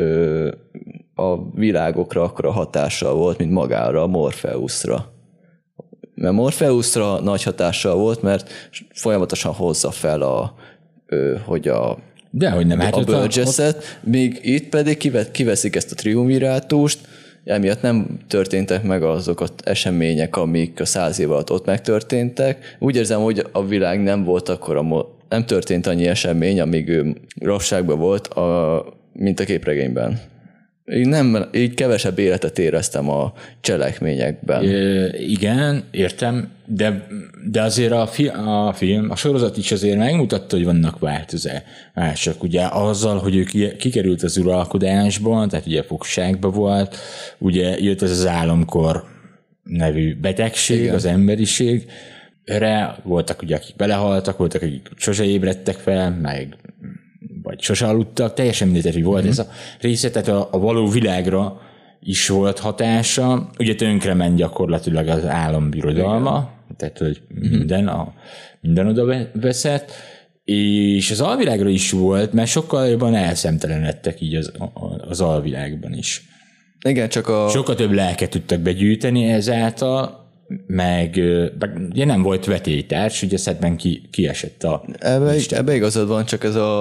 a világokra akkora hatással volt, mint magára, a Morpheusra. Mert Morpheusra nagy hatással volt, mert folyamatosan hozza fel hogy dehogy nem, a Burgess-et, míg itt pedig kiveszik ezt a triumvirátust, emiatt nem történtek meg azok az események, amik a 100 év alatt ott megtörténtek. Úgy érzem, hogy a világ nem volt akkor, nem történt annyi esemény, amíg ő rabságban volt, mint a képregényben. Így kevesebb életet éreztem a cselekményekben. Igen, értem, de azért a film, a sorozat is azért megmutatta, hogy vannak változások. Ugye azzal, hogy ő kikerült az uralkodásban, tehát ugye fogságban volt, ugye jött ez az álomkor nevű betegség, az emberiségre, voltak ugye, akik belehaltak, voltak, akik sose ébredtek fel, vagy sose aludtak, teljesen mindegy, hogy volt ez a része, tehát a való világra is volt hatása, ugye tönkrement gyakorlatilag az állambirodalma, tehát hogy minden oda veszett, és az alvilágra is volt, mert sokkal jobban elszemtelenedtek így az alvilágban is. Igen, csak sokkal több lelket tudtak begyűjteni ezáltal, meg ugye nem volt vetélytárs, ugye Sandman kiesett a ebbe igazad van, csak ez a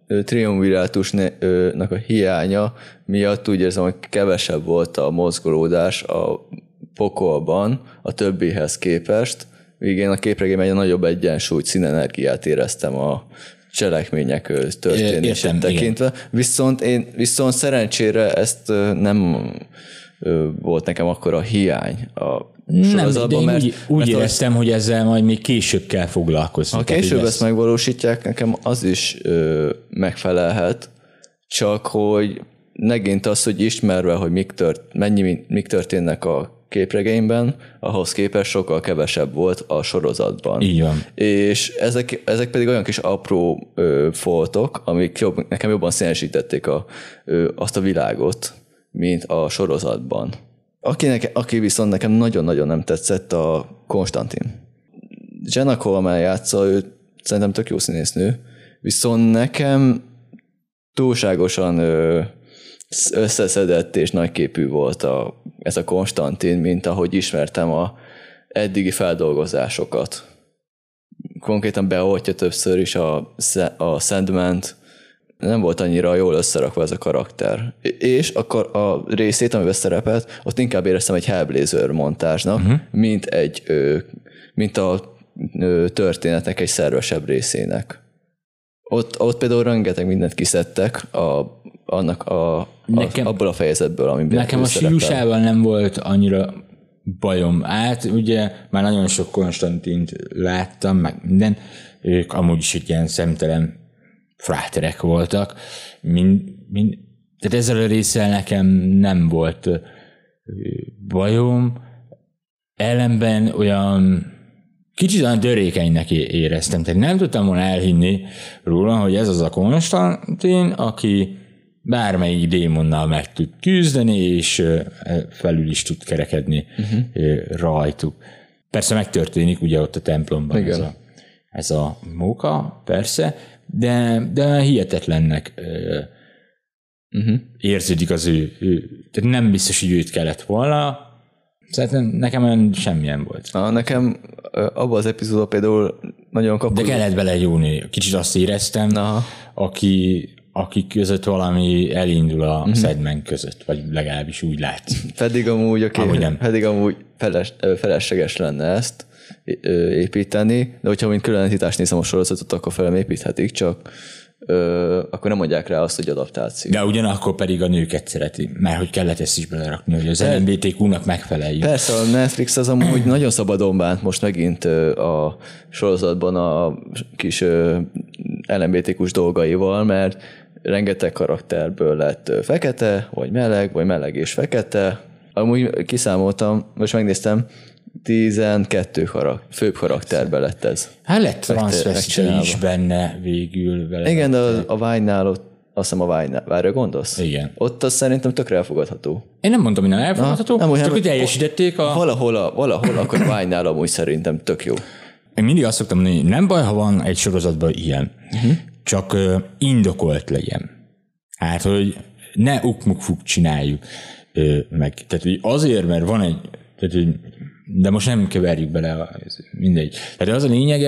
triumvirátusnak a hiánya miatt úgy érzem, hogy kevesebb volt a mozgolódás a pokolban a többihez képest, míg én a képregényben egy nagyobb egyensúlyt, színenergiát éreztem a cselekmények történését tekintve. Viszont szerencsére ezt nem volt nekem akkora hiány a sorozatban, nem, de én úgy éreztem, hogy ezzel majd még később kell foglalkozni. Ha később ezt megvalósítják, nekem az is megfelelhet, csak hogy megint az, hogy ismerve, hogy mik történnek a képregényben, ahhoz képest sokkal kevesebb volt a sorozatban. Így van. És ezek pedig olyan kis apró foltok, amik nekem jobban színesítették azt a világot, mint a sorozatban. Aki viszont nekem nagyon-nagyon nem tetszett, a Konstantin. Jenna Coleman játsza, ő szerintem tök jó színésznő, viszont nekem túlságosan összeszedett és nagyképű volt ez a Konstantin, mint ahogy ismertem a eddigi feldolgozásokat. Konkrétan beoltja többször is a Sandman-t, nem volt annyira jól összerakva ez a karakter. És akkor a részét, amiben szerepelt, ott inkább éreztem egy Hellblazer montázsnak, mint a történetnek egy szervesebb részének. Ott például rengeteg mindent kiszedtek abból a fejezetből, amiben nekem a sílusával nem volt annyira bajom át, ugye már nagyon sok Konstantint láttam, meg minden, ők amúgy is egy ilyen szemtelen fráterek voltak, tehát ezzel a résszel nekem nem volt bajom, ellenben olyan kicsit olyan törékenynek éreztem, tehát nem tudtam volna elhinni róla, hogy ez az a Konstantin, aki bármelyik démonnal meg tud küzdeni, és felül is tud kerekedni rajtuk. Persze megtörténik ugye ott a templomban ez a móka, persze, de hihetetlennek érződik az ő. Tehát nem biztos, hogy őt kellett volna. Szerintem nekem olyan semmilyen volt. Nekem abban az epizódban például nagyon kapcsolódott. De kellett bele egy jó nő. Kicsit azt éreztem, aki között valami elindul a Sandman között, vagy legalábbis úgy látszik. Pedig amúgy felesleges lenne ezt építeni, de hogyha mint külön entitást nézem a sorozatot, akkor felem építhetik, csak akkor nem mondják rá azt, hogy adaptáció. De ugyanakkor pedig a nőket szereti, mert hogy kellett ezt is belerakni, hogy az LMBTQ-nak megfeleljünk. Persze, a Netflix az amúgy nagyon szabadon bánt most megint a sorozatban a kis LMBTQ-s dolgaival, mert rengeteg karakterből lett fekete, vagy meleg és fekete. Amúgy kiszámoltam, most megnéztem, 12 főbb karakterbe lett ez. Hát lett transzvestite is benne végül. Vele. Igen, de a Vágynál azt hiszem a Vágynál gondolsz? Igen. Ott az szerintem tökre elfogadható. Én nem mondtam, hogy nem elfogadható, csak hogy teljesítették Valahol akkor a Vágynál amúgy szerintem tök jó. Én mindig azt szoktam mondani, hogy nem baj, ha van egy sorozatban ilyen. Csak indokolt legyen. Hát, hogy ne ukmukfuk csináljuk meg. Tehát azért, mert van egy... Tehát, de most nem keverjük bele, mindegy. Tehát az a lényege,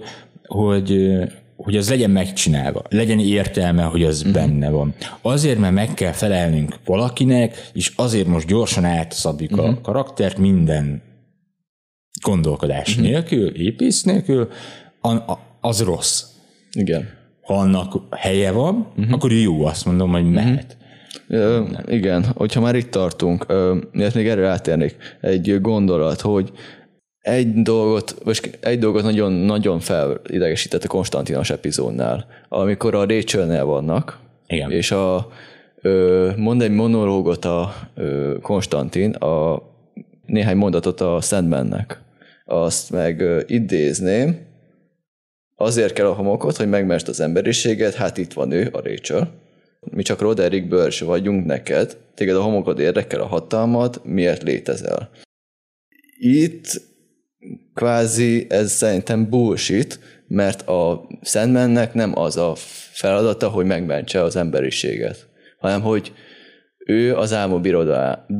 hogy az legyen megcsinálva, legyen értelme, hogy az benne van. Azért, mert meg kell felelnünk valakinek, és azért most gyorsan átszabjuk a karaktert minden gondolkodás nélkül, épész nélkül, az rossz. Igen. Ha annak helye van, akkor jó, azt mondom, hogy mehet. Igen, hogyha már itt tartunk, miért még erre rátérnék, egy gondolat, hogy egy dolgot nagyon felidegesített a Konstantinos epizódnál, amikor a Rachelnél vannak, igen. És mond egy monológot a Konstantin, néhány mondatot a Sandmannek. Azt meg idézném, azért kell a homokot, hogy megmest az emberiséget, hát itt van ő, a Rachel. Mi csak Roderick Börs vagyunk neked, téged a homokod érdekel, a hatalmad, miért létezel. Itt kvázi ez szerintem bullshit, mert a Sandmannek nem az a feladata, hogy megmentse az emberiséget, hanem hogy ő az álmok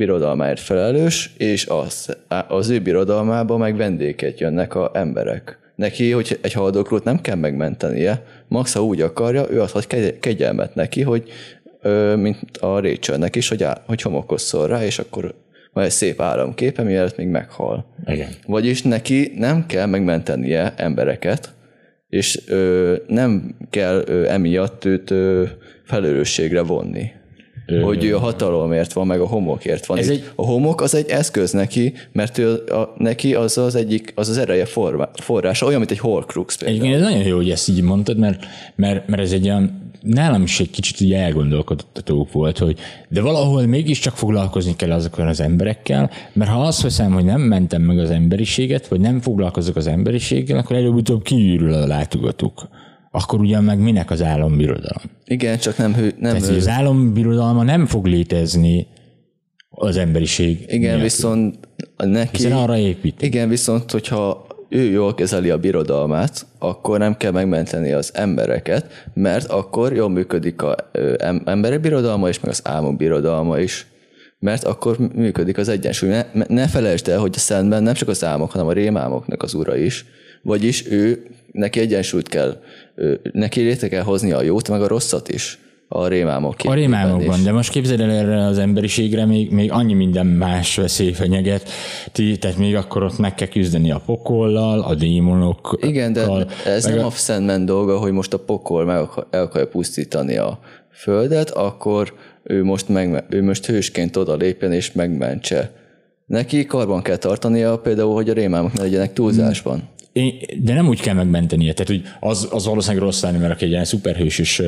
birodalmáért felelős, és az ő birodalmába meg vendéget jönnek az emberek. Neki, hogy egy haldoklót nem kell megmentenie, max, ha úgy akarja, ő az hagy kegyelmet neki, hogy mint a Rachelnek is, hogy homokozzon rá, és akkor van egy szép áramképe, mielőtt még meghal. Igen. Vagyis neki nem kell megmentenie embereket, és nem kell emiatt őt felelősségre vonni. Hogy ő a hatalomért van, meg a homokért van. A homok az egy eszköz neki, mert neki az az ereje forrása, olyan, mint egy Horcrux például. Igen, ez nagyon jó, hogy ezt így mondtad, mert ez egy olyan, nálam is egy kicsit így elgondolkodtató volt, hogy de valahol mégiscsak foglalkozni kell azokkal az emberekkel, mert ha azt hiszem, hogy nem mentem meg az emberiséget, vagy nem foglalkozok az emberiséggel, akkor előbb-utóbb kiürül a látogatók. Akkor ugyan meg minek az álombirodalom? Igen, csak nem Tehát, az álombirodalma nem fog létezni az emberiség. Igen, nélkül. Viszont neki... Hiszen arra épít. Igen, viszont hogyha ő jól kezeli a birodalmát, akkor nem kell megmenteni az embereket, mert akkor jól működik az emberi birodalma is, meg az álmok birodalma is. Mert akkor működik az egyensúly. Ne felejtsd el, hogy a Sandman nem csak az álmok, hanem a rémálmoknak az ura is. Vagyis neki egyensúlyt kell, neki létre kell hozni a jót, meg a rosszat is. A rémálmokban. A rémálmokban, de most képzeld el erre az emberiségre, még annyi minden más veszély fenyeget, tehát még akkor ott meg kell küzdeni a pokollal, a démonokkal. Igen, de ez nem a Sandman dolga, hogy most a pokol el akarja pusztítani a földet, akkor ő most hősként oda lépjen és megmentse. Neki karban kell tartania például, hogy a rémálmok ne legyenek túlzásban. De nem úgy kell megmentenie, tehát hogy az valószínűleg rossz lenni, mert egy ilyen szuperhősös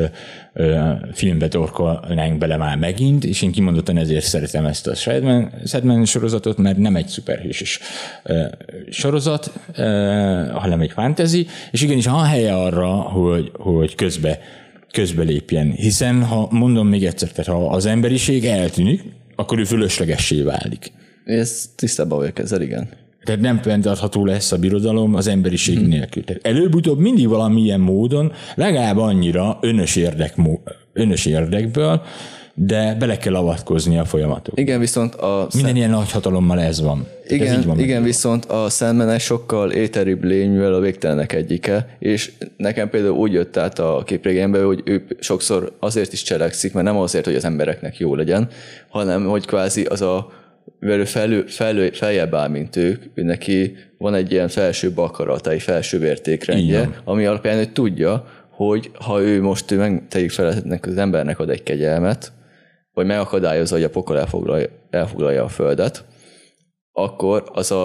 filmbe torkolnánk bele már megint, és én kimondottan ezért szeretem ezt a Sandman sorozatot, mert nem egy szuperhősös sorozat, hanem egy fantasy, és igenis van helye arra, hogy közbe lépjen. Hiszen, ha mondom még egyszer, tehát ha az emberiség eltűnik, akkor ő fölöslegessé válik. Ez tisztában vagyok ezzel, igen. Tehát nem fenntartható lesz a birodalom az emberiség nélkül. Tehát előbb-utóbb mindig valamilyen módon, legalább annyira önös érdekből, de bele kell avatkozni a folyamatokba. Igen, viszont minden ilyen nagy hatalommal ez van. Igen, viszont a Sandman sokkal éteribb lény, mivel a végtelenek egyike, és nekem például úgy jött át a képregényben, hogy ő sokszor azért is cselekszik, mert nem azért, hogy az embereknek jó legyen, hanem hogy kvázi az a feljebb áll, mint ők, neki van egy ilyen felsőbb akarata, egy felsőbb értékrendje, ami alapján ő tudja, hogy ha ő most megtegyük fel az embernek ad egy kegyelmet, vagy megakadályozza, hogy a pokol elfoglalja a földet, akkor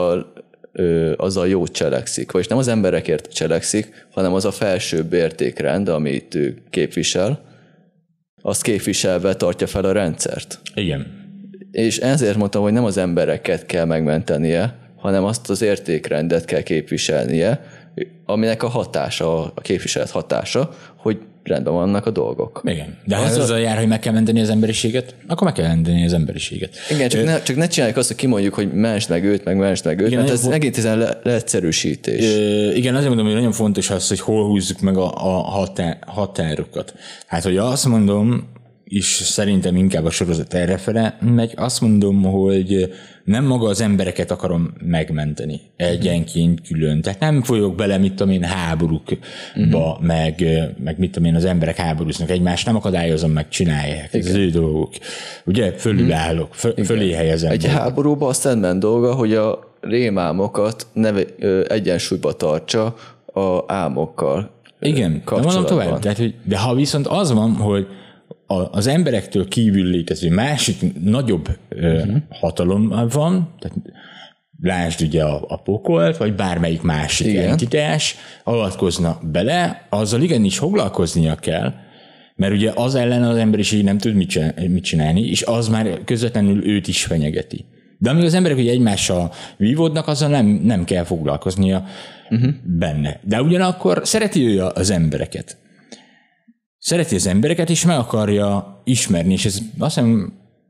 az a jót cselekszik. Vagyis nem az emberekért cselekszik, hanem az a felsőbb értékrend, amit ő képvisel, azt képviselve tartja fel a rendszert. Igen. És ezért mondtam, hogy nem az embereket kell megmentenie, hanem azt az értékrendet kell képviselnie, aminek a hatása, a képviselet hatása, hogy rendben vannak a dolgok. Igen. De ha ez azzal jár, hogy meg kell menteni az emberiséget, akkor meg kell menteni az emberiséget. Igen, csak ne csináljuk azt, hogy kimondjuk, hogy mentsd meg őt, igen, mert ez megint ezen leegyszerűsítés. Igen, azért mondom, hogy nagyon fontos az, hogy hol húzzuk meg a határokat. Hát, hogy azt mondom, és szerintem inkább a sorozat errefele megy, azt mondom, hogy nem maga az embereket akarom megmenteni egyenként külön. Tehát nem folyok bele, mit tudom én, háborúkba, meg mit tudom én, az emberek háborúznak egymást, nem akadályozom meg, csinálják. Ez az ő dolgok. Ugye? Fölülállok, fölé helyezem. Egy háborúban a Sandman dolga, hogy a rémálmokat egyensúlyba tartsa a álmokkal. Igen, de mondom tovább. Tehát, de ha viszont az van, hogy az emberektől kívül létező másik nagyobb hatalom van, tehát lásd ugye a pokolt, vagy bármelyik másik entitás avatkozna bele, azzal igenis foglalkoznia kell, mert ugye az ellen az emberiség nem tud mit csinálni, és az már közvetlenül őt is fenyegeti. De amíg az emberek ugye egymással vívódnak, azzal nem kell foglalkoznia benne. De ugyanakkor szereti ő az embereket. Szereti az embereket, és meg akarja ismerni, és ez azt hiszem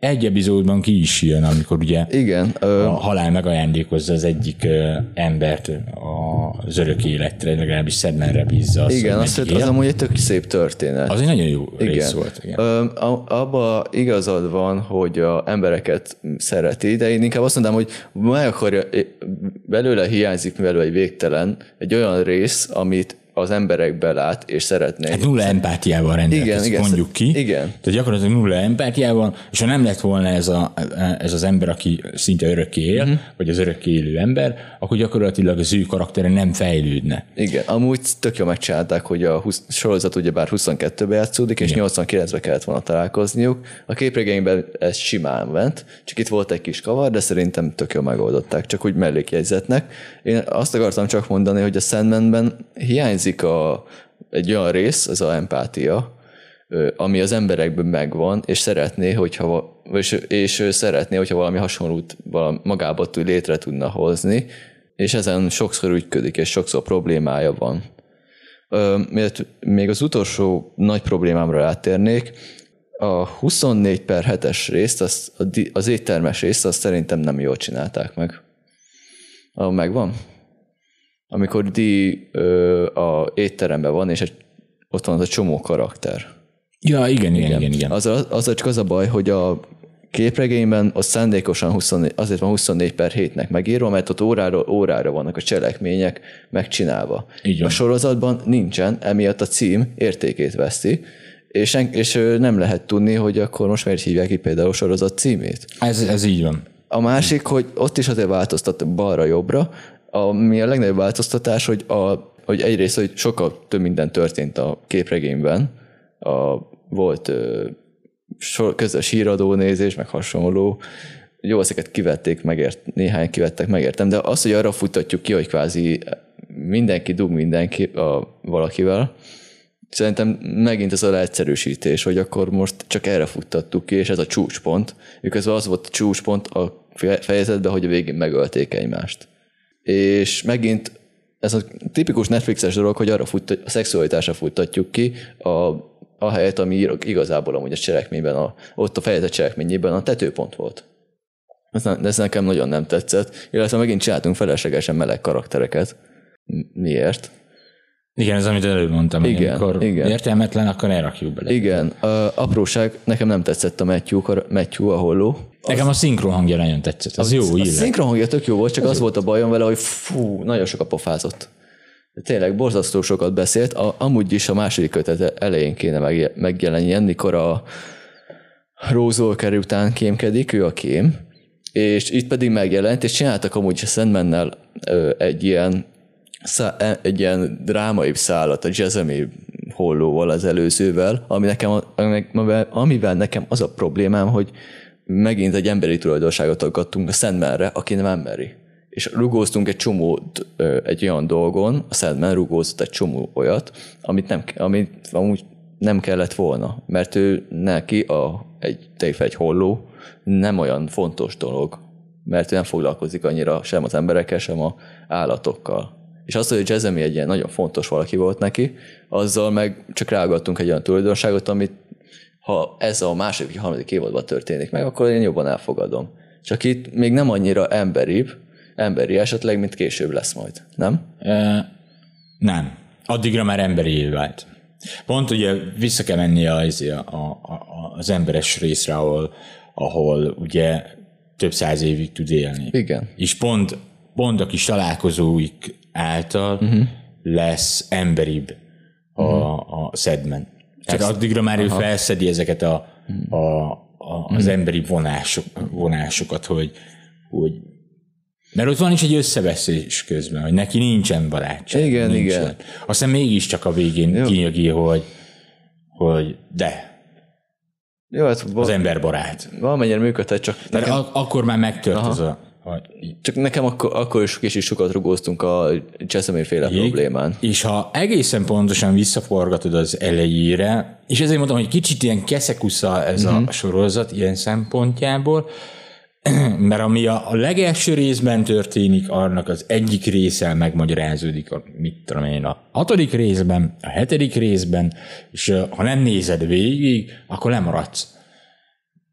egy epizódban ki is jön, amikor ugye Igen. A halál megajándékozza az egyik embert az örök életre, legalábbis Sedmenre bízza. Igen, az amúgy egy tök szép történet. Az egy nagyon jó rész volt. Igen. Abba igazad van, hogy az embereket szereti, de én inkább azt mondanám, hogy meg akarja, belőle hiányzik, mivel egy végtelen, egy olyan rész, amit az emberekbe lát, és szeretné. Hát nulla empátiával rendelkezik, mondjuk ki. Igen. Tehát gyakorlatilag nulla empátiával, és ha nem lett volna ez az ember, aki szinte örökké él, vagy az örökké élő ember, akkor gyakorlatilag az ő karaktere nem fejlődne. Igen, amúgy tök jól megcsinálták, hogy a sorozat ugyebár 22-ben játszódik, és 89-ben kellett volna találkozniuk. A képregényben ez simán ment, csak itt volt egy kis kavar, de szerintem tök jól megoldották, csak úgy mellékjegyzetnek. Én azt akartam csak mondani, hogy a Sandmanben hiányzik egy olyan rész, ez az empátia, ami az emberekben megvan, és szeretné, hogyha valami hasonlót magába létre tudna hozni, és ezen sokszor ügyködik, és sokszor problémája van. Miért még az utolsó nagy problémámra rátérnék, a 24/7-es részt, az éttermes részt, azt szerintem nem jól csinálták meg. Megvan? Amikor a étteremben van, és ott van az a csomó karakter. Ja, igen. Az csak az a baj, hogy a képregényben az szándékosan azért van 24/7-nek megírva, mert ott órára vannak a cselekmények megcsinálva. A sorozatban nincsen, emiatt a cím értékét veszti, és nem lehet tudni, hogy akkor most miért hívják ki például a sorozat címét. Ez így van. A másik, hogy ott is azért változtat balra-jobbra, ami a legnagyobb változtatás, hogy egyrészt, hogy sokkal több minden történt a képregényben, volt közös híradónézés, meg hasonló, jó, ezeket kivették, néhány kivettek, megértem, de az, hogy arra futtatjuk ki, hogy kvázi mindenki dug valakivel, szerintem megint ez a leegyszerűsítés, hogy akkor most csak erre futtattuk ki, és ez a csúcspont. Miközben az volt a csúcspont a fejezetben, hogy a végén megölték egymást. És megint ez a tipikus Netflixes dolog, hogy arra a szexualitásra futtatjuk ki, ahelyett, ami igazából amúgy a cselekményben, ott a fejezet cselekményében a tetőpont volt. Ez nekem nagyon nem tetszett, illetve megint csináltunk feleslegesen meleg karaktereket. Miért? Igen, ez amit előbb mondtam, igen, amikor értelmetlen, akkor ne rakjuk bele. Igen, apróság, nekem nem tetszett a Matthew a holló. Nekem a szinkron hangja nagyon tetszett, az jó illet. A szinkron hangja tök jó volt, csak az volt a bajom vele, hogy nagyon sokat pofázott. Tényleg borzasztó sokat beszélt, amúgy is a második kötet elején kéne megjelenjen, mikor a Rose Walker után kémkedik, ő a kém, és itt pedig megjelent, és csináltak amúgy a Sandmannel egy ilyen drámaibb szállat a Jezemi hollóval, az előzővel, amivel nekem az a problémám, hogy megint egy emberi tulajdonságot aggattunk a Sandmanre, aki nem emberi. És rugóztunk egy csomót egy olyan dolgon, a Sandman rugózott egy csomó olyat, amit amúgy nem kellett volna, mert ő neki egy holló nem olyan fontos dolog, mert ő nem foglalkozik annyira sem az emberekkel, sem az állatokkal. És azt, hogy Jezemi egy ilyen nagyon fontos valaki volt neki, azzal meg csak ráagadtunk egy olyan tulajdonságot, amit ha ez a második, harmadik évadban történik meg, akkor én jobban elfogadom. Csak itt még nem annyira emberi esetleg, mint később lesz majd, nem? Nem. Addigra már emberi vált. Pont ugye vissza kell menni az emberes részre, ahol ugye több száz évig tud élni. Igen. És pont a kis találkozóik által lesz emberibb a Sandman. Tehát addigra már ő felszedi ezeket az emberi vonásokat, hogy mert ott van is egy összeveszés közben, hogy neki nincsen barátság. Igen. Aztán mégiscsak a végén kinyögi, hogy de. Jó, hát az ember barát. Valamennyire működhet, csak... Akkor már megtört az Csak nekem akkor is sokat rugóztunk a Jezemi-féle problémán. És ha egészen pontosan visszaforgatod az elejére, és ezért mondtam, hogy kicsit ilyen keszekusza ez a sorozat ilyen szempontjából, mert ami a legelső részben történik, annak az egyik része megmagyarázódik a 6. részben, a 7. részben, és ha nem nézed végig, akkor lemaradsz.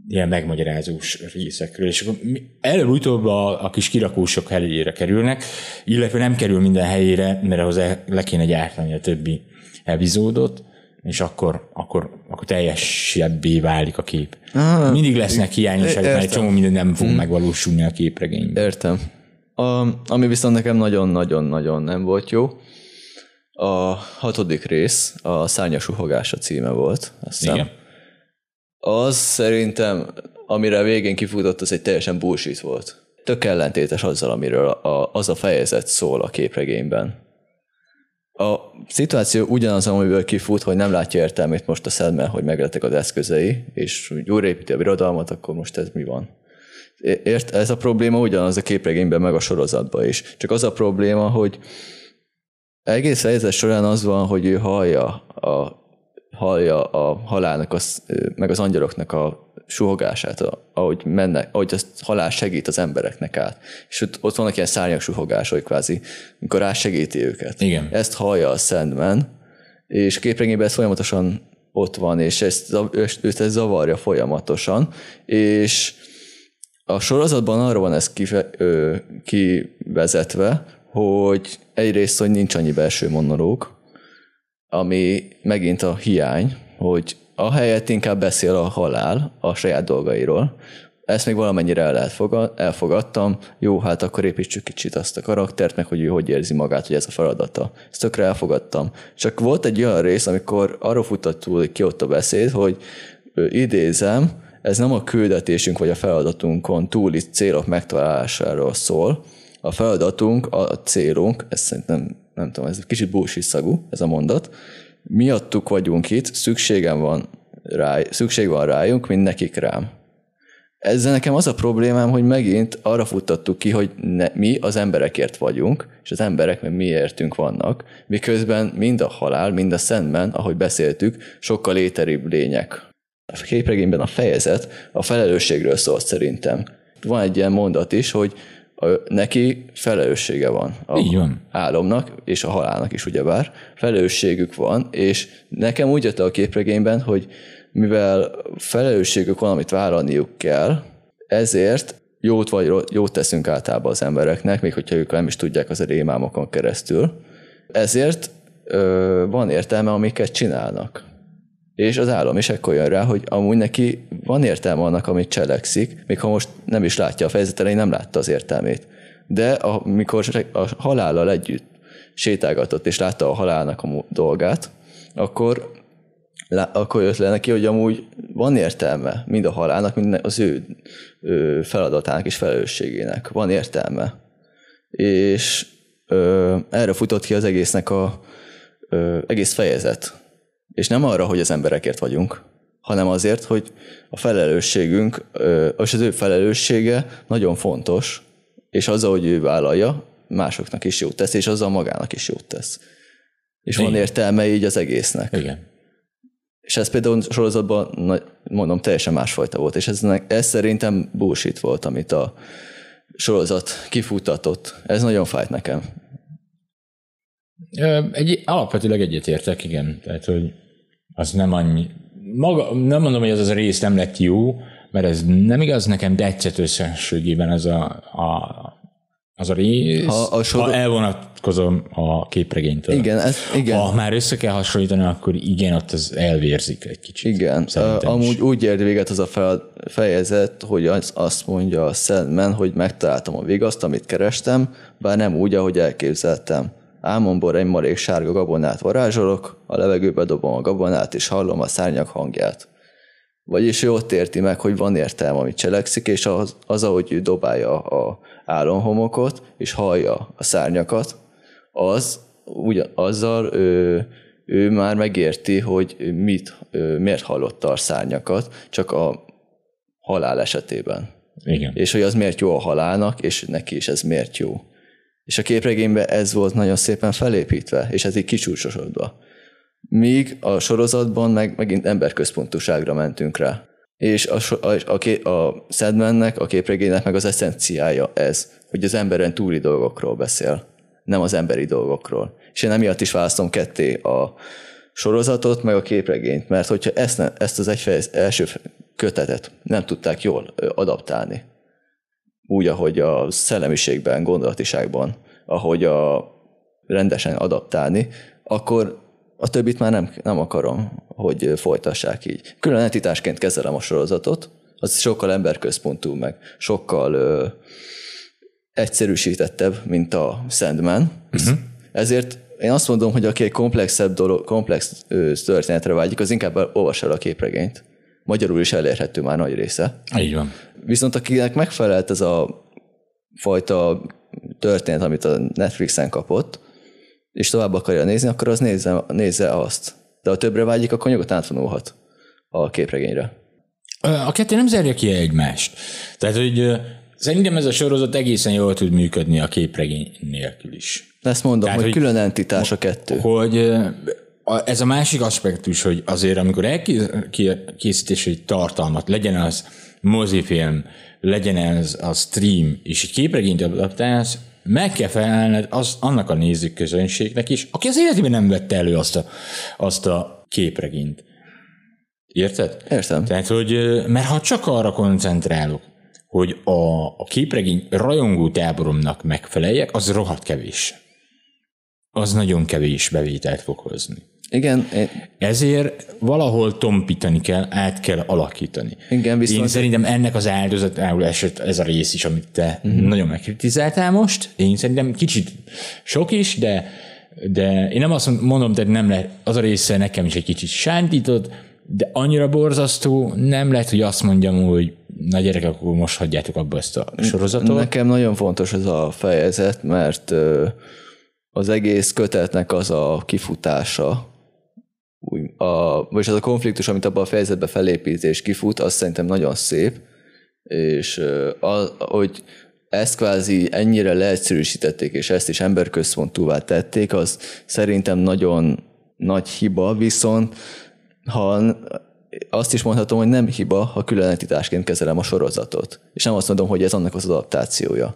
ilyen megmagyarázós részekről, és akkor előbb-utóbb a kis kirakósok helyére kerülnek, illetve nem kerül minden helyére, mert ahhoz le kéne gyártani a többi epizódot, és akkor teljesebbé válik a kép. Mindig lesznek hiányosságok, mert egy csomó minden nem fog megvalósulni a képregényben. Értem. Ami viszont nekem nagyon-nagyon-nagyon nem volt jó, a 6. rész, a Szárnyak suhogása címe volt. Igen. Az szerintem, amire végén kifutott, az egy teljesen bullshit volt. Tök ellentétes azzal, amiről az a fejezet szól a képregényben. A szituáció ugyanaz, amiből kifut, hogy nem látja értelmét most a Sandman, hogy meglettek az eszközei, és úgy újraépíti a birodalmat, akkor most ez mi van? Ez a probléma ugyanaz a képregényben, meg a sorozatban is. Csak az a probléma, hogy egész fejezet során az van, hogy ő hallja a halálnak, meg az angyaloknak a suhogását, ahogy mennek, ahogy a halál segít az embereknek át. És ott vannak ilyen szárnyak suhogások kvázi, amikor rássegíti őket. Igen. Ezt hallja a Sandman, és a képregényben ez folyamatosan ott van, és őt ez zavarja folyamatosan, és a sorozatban arra van ez kivezetve, hogy egyrészt, hogy nincs annyi belső monológ, ami megint a hiány, hogy ahelyett inkább beszél a halál a saját dolgairól. Ezt még valamennyire elfogadtam. Jó, hát akkor építsük kicsit azt a karaktert, meg hogy ő hogy érzi magát, hogy ez a feladata. Ezt tökre elfogadtam. Csak volt egy olyan rész, amikor arra futott ki ott a beszéd, hogy idézem, ez nem a küldetésünk vagy a feladatunkon túli célok megtalálásáról szól. A feladatunk, a célunk, ez szerintem, nem tudom, ez egy kicsit bullshit szagú, ez a mondat. Miattuk vagyunk itt, szükség van rájunk, mint nekik rám. Ezzel nekem az a problémám, hogy megint arra futtattuk ki, hogy mi az emberekért vagyunk, és az emberek meg miértünk vannak, miközben mind a halál, mind a Sandman, ahogy beszéltük, sokkal éteribb lények. A képregényben a fejezet a felelősségről szól szerintem. Van egy ilyen mondat is, hogy neki felelőssége van. Így van. Álomnak és a halálnak is ugyebár felelősségük van, és nekem úgy jött a képregényben, hogy mivel felelősségük van, amit vállalniuk kell, ezért jót teszünk általában az embereknek, még hogyha ők nem is tudják az a rémálmokon keresztül. Ezért van értelme, amiket csinálnak. És az álom is ekkor jön rá, hogy amúgy neki van értelme annak, amit cselekszik, még ha most nem is látja a fejezet elején, nem látta az értelmét. De amikor a halállal együtt sétálgatott, és látta a halálnak a dolgát, akkor jött le neki, hogy amúgy van értelme mind a halálnak, mind az ő feladatának és felelősségének. Van értelme. És erre futott ki az egésznek egész fejezet. És nem arra, hogy az emberekért vagyunk, hanem azért, hogy a felelősségünk, és az ő felelőssége nagyon fontos, és azzal, hogy ő vállalja, másoknak is jót tesz, és azzal magának is jót tesz. És van értelme így az egésznek. Igen. És ez például a sorozatban, mondom, teljesen másfajta volt, és ez szerintem bullshit volt, amit a sorozat kifutatott. Ez nagyon fájt nekem. Alapvetőleg egyetértek, igen. Tehát, hogy az nem annyi... nem mondom, hogy az a rész nem lett jó, mert ez nem igaz, nekem tetszett összességében az a rész, ha elvonatkozom a képregénytől. Igen. Ha már össze kell hasonlítani, akkor igen, ott az elvérzik egy kicsit. Igen, amúgy úgy ért véget az a fejezet, hogy azt mondja a Sandman, hogy megtaláltam a vigaszt, amit kerestem, bár nem úgy, ahogy elképzeltem. Álmomból egy marék sárga gabonát varázsolok, a levegőbe dobom a gabonát, és hallom a szárnyak hangját. Vagyis ő ott érti meg, hogy van értelme, amit cselekszik, és az ahogy ő dobálja a álomhomokot, és hallja a szárnyakat, azzal ő már megérti, hogy miért hallotta a szárnyakat, csak a halál esetében. Igen. És hogy az miért jó a halálnak, és neki is ez miért jó. És a képregényben ez volt nagyon szépen felépítve, és ez így kicsúcsosodva. Míg a sorozatban megint emberközpontúságra mentünk rá. És a Sandmannek, a képregénynek meg az eszenciája ez, hogy az emberen túli dolgokról beszél, nem az emberi dolgokról. És én emiatt is választom ketté a sorozatot, meg a képregényt, mert hogyha ezt az első kötetet nem tudták jól adaptálni, úgy, ahogy a szellemiségben, gondolatiságban, ahogy rendesen adaptálni, akkor a többit már nem akarom, hogy folytassák így. Külön entitásként kezelem a sorozatot, az sokkal emberközpontú, meg sokkal egyszerűsítettebb, mint a Sandman. Ezért én azt mondom, hogy aki egy komplex történetre vágyik, az inkább olvassa el a képregényt. Magyarul is elérhető már nagy része. Így van. Viszont akinek megfelelt ez a fajta történet, amit a Netflixen kapott, és tovább akarja nézni, akkor az nézze azt. De ha többre vágyik, akkor nyugodtan átvonulhat a képregényre. A kettő nem zárja ki egymást. Tehát, hogy szerintem ez a sorozat egészen jól tud működni a képregény nélkül is. Ezt mondom, tehát, hogy külön entitás a kettő. Hogy ez a másik aspektus, hogy azért, amikor elkészítés egy tartalmat, legyen az mozifilm, legyen ez a stream, és egy képregényt adaptálsz, meg kell felelned annak a nézőközönségnek is, aki az életében nem vette elő azt a képregényt. Érted? Értem. Tehát, hogy, mert ha csak arra koncentrálok, hogy a képregény rajongó táboromnak megfeleljek, az rohadt kevés. Az nagyon kevés bevételt fog hozni. Igen. Ezért valahol tompítani kell, át kell alakítani. Igen, viszont... Én szerintem ennek az áldozatául esett ez a rész is, amit te nagyon megkritizáltál most. Én szerintem kicsit sok is, de én nem azt mondom, hogy nem lehet, az a része nekem is egy kicsit sántított, de annyira borzasztó, nem lehet, hogy azt mondjam, hogy na gyerekek, akkor most hagyjátok abba ezt a sorozatot. Nekem nagyon fontos ez a fejezet, mert az egész kötetnek az a kifutása, vagyis az a konfliktus, amit abban a fejezetben felépít és kifut, az szerintem nagyon szép, és hogy ezt kvázi ennyire leegyszerűsítették, és ezt is emberközpontúvá tették, az szerintem nagyon nagy hiba, viszont ha azt is mondhatom, hogy nem hiba, ha külön entitásként kezelem a sorozatot. És nem azt mondom, hogy ez annak az adaptációja,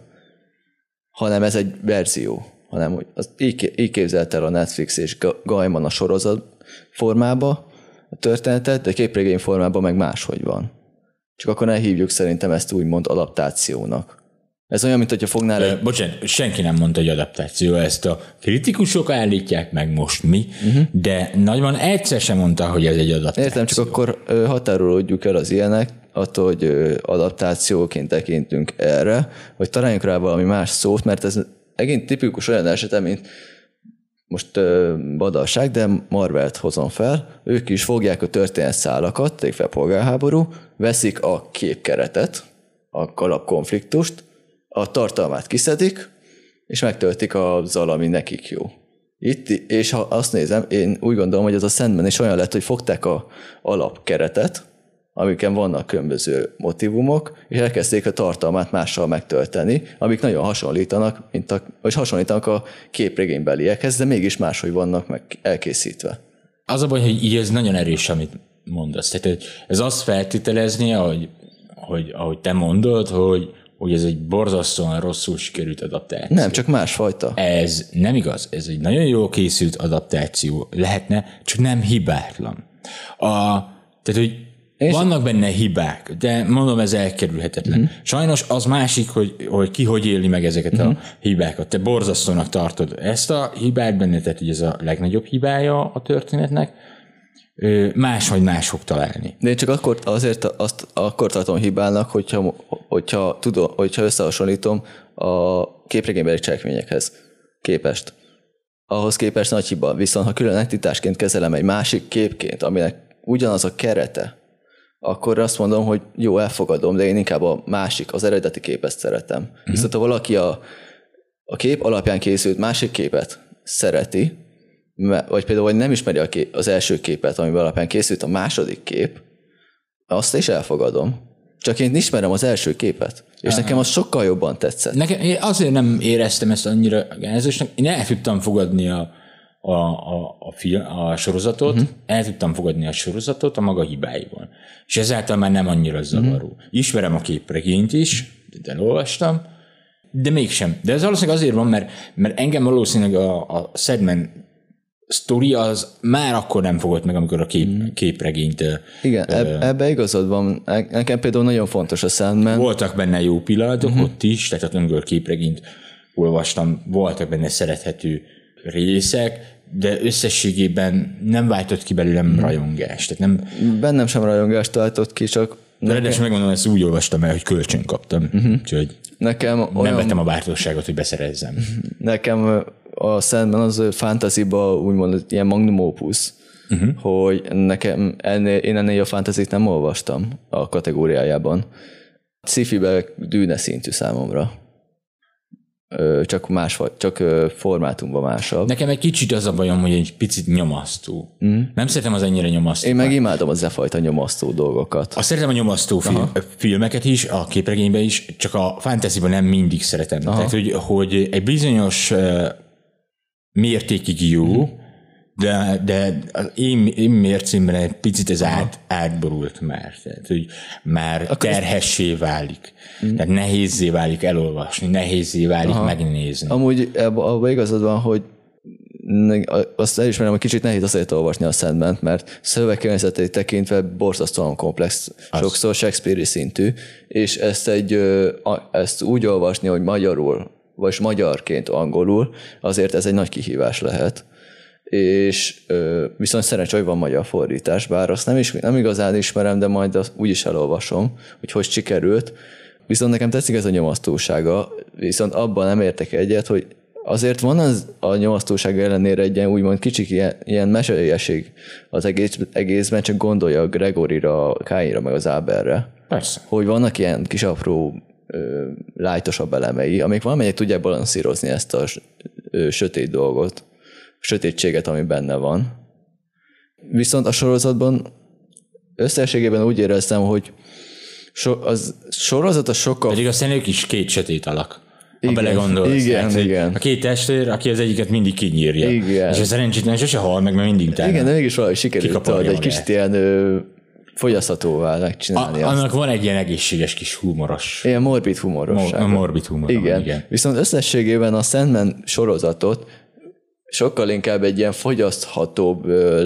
hanem ez egy verzió, hanem hogy az így képzelt el a Netflix és Gaiman a sorozat formába a történetet, de képregény formában meg máshogy van. Csak akkor ne hívjuk szerintem ezt úgymond adaptációnak. Ez olyan, mint hogyha fognál... Bocsánat, senki nem mondta, hogy adaptáció, ezt a kritikusok állítják meg most mi, de nagyban egyszer sem mondta, hogy ez egy adaptáció. Értem, csak akkor határolódjuk el az ilyenek, attól, hogy adaptációként tekintünk erre, hogy találjunk rá valami más szót, mert ez egész tipikus olyan esete, mint most badalság, de Marvelt hozom fel, ők is fogják a történetszálakat, tegyük fel polgárháború, veszik a képkeretet, a alapkonfliktust, a tartalmát kiszedik, és megtöltik azzal, ami nekik jó. Itt, és ha azt nézem, én úgy gondolom, hogy ez a Sandman is olyan lett, hogy fogták a alapkeretet, amiken vannak különböző motivumok, és elkezdték a tartalmát mással megtölteni, amik nagyon hasonlítanak, vagy hasonlítanak a képregénybeliekhez, de mégis máshogy vannak meg elkészítve. Az a baj, hogy így ez nagyon erős, amit mondasz. Tehát ez azt feltételezni, ahogy te mondod, hogy ez egy borzasztóan rosszul sikerült adaptáció. Nem, csak másfajta. Ez nem igaz. Ez egy nagyon jól készült adaptáció lehetne, csak nem hibátlan. Tehát, hogy vannak benne hibák, de mondom, ez elkerülhetetlen. Sajnos az másik, hogy ki hogy éli meg ezeket a hibákat. Te borzasztónak tartod ezt a hibát benne, tehát hogy ez a legnagyobb hibája a történetnek, máshogy más fog találni. De én csak akkor tartom hibának, hogyha összehasonlítom a képregénybeli cselekményekhez képest. Ahhoz képest nagy hiba. Viszont ha külön entitásként kezelem egy másik képként, aminek ugyanaz a kerete, akkor azt mondom, hogy jó, elfogadom, de én inkább a másik, az eredeti képet szeretem. Viszont ha valaki a kép alapján készült másik képet szereti, vagy például nem ismeri az első képet, amivel alapján készült a második kép, azt is elfogadom. Csak én ismerem az első képet, és nekem az sokkal jobban tetszett. Én azért nem éreztem ezt annyira gázosnak. Én el tudtam fogadni a sorozatot, el tudtam fogadni a sorozatot a maga hibáival. És ezáltal már nem annyira zavaró. Ismerem a képregényt is, de elolvastam, de mégsem. De ez valószínűleg azért van, mert engem valószínűleg a Sandman sztori az már akkor nem fogott meg, amikor a képregényt... Igen, ebbe igazad van. Nekem például nagyon fontos a Sandman. Voltak benne jó pillanatok ott is, tehát amikor képregényt olvastam, voltak benne szerethető részek, de összességében nem váltott ki belőlem rajongást. Tehát nem... Bennem sem rajongást váltott ki, csak... De ráadásul megmondom, ezt úgy olvastam el, hogy kölcsön kaptam. Úgyhogy nekem olyan... nem vettem a bártosságot, hogy beszerezzem. Nekem a Sandman az fantasyba úgymond ilyen magnum opus, hogy nekem én ennél a fantasyt nem olvastam a kategóriájában. Sci-fibe dűne szintű számomra. Csak formátumban másabb. Nekem egy kicsit az a bajom, hogy egy picit nyomasztó. Nem szeretem az ennyire nyomasztó. Én meg imádom az e fajta nyomasztó dolgokat. Azt szeretem a nyomasztó filmeket is, a képregényben is, csak a fantasyban nem mindig szeretem. Tehát, hogy egy bizonyos mértékig jó, de az én mércémben egy picit ez átborult már. Tehát, hogy már terhessé válik. Tehát nehézzé válik elolvasni, nehézzé válik megnézni. Amúgy abban igazad van, hogy azt elismerem, hogy kicsit nehéz azért olvasni a Sandmant, mert szövegkörnyezetét tekintve borzasztóan komplex, sokszor Shakespeare-i szintű, és ezt úgy olvasni, hogy magyarul, vagy magyarként angolul, azért ez egy nagy kihívás lehet. És viszont szerencsé, hogy van magyar fordítás, bár azt nem igazán ismerem, de majd úgy is elolvasom, hogy sikerült. Viszont nekem tetszik ez a nyomasztósága, viszont abban nem értek egyet, hogy azért van az a nyomasztóság ellenére egy ilyen úgymond kicsik ilyen mesélyesség az egészben, csak gondolja a Gregorira, a Káinra, meg az Áberre. Persze. Hogy vannak ilyen kis apró lájtosabb elemei, amik valamennyit tudják balanszírozni ezt a sötét dolgot, sötétséget, ami benne van. Viszont a sorozatban összességében úgy éreztem, hogy a sorozat a sokkal... Pedig aztán ők is két sötét alak. Ha belegondolsz. Igen. A két testvér, aki az egyiket mindig kinyírja. Igen. És a szerencsétlen sose hal meg, mert mindig utána. Igen, de mégis valahogy sikerült egy kicsit ilyen fogyaszthatóvá megcsinálni. Annak van egy ilyen egészséges kis humoros. Ilyen morbid humorosság. Morbid humor. Igen. Viszont összességében a Sandman sorozatot sokkal inkább egy ilyen fogyaszthatóbb,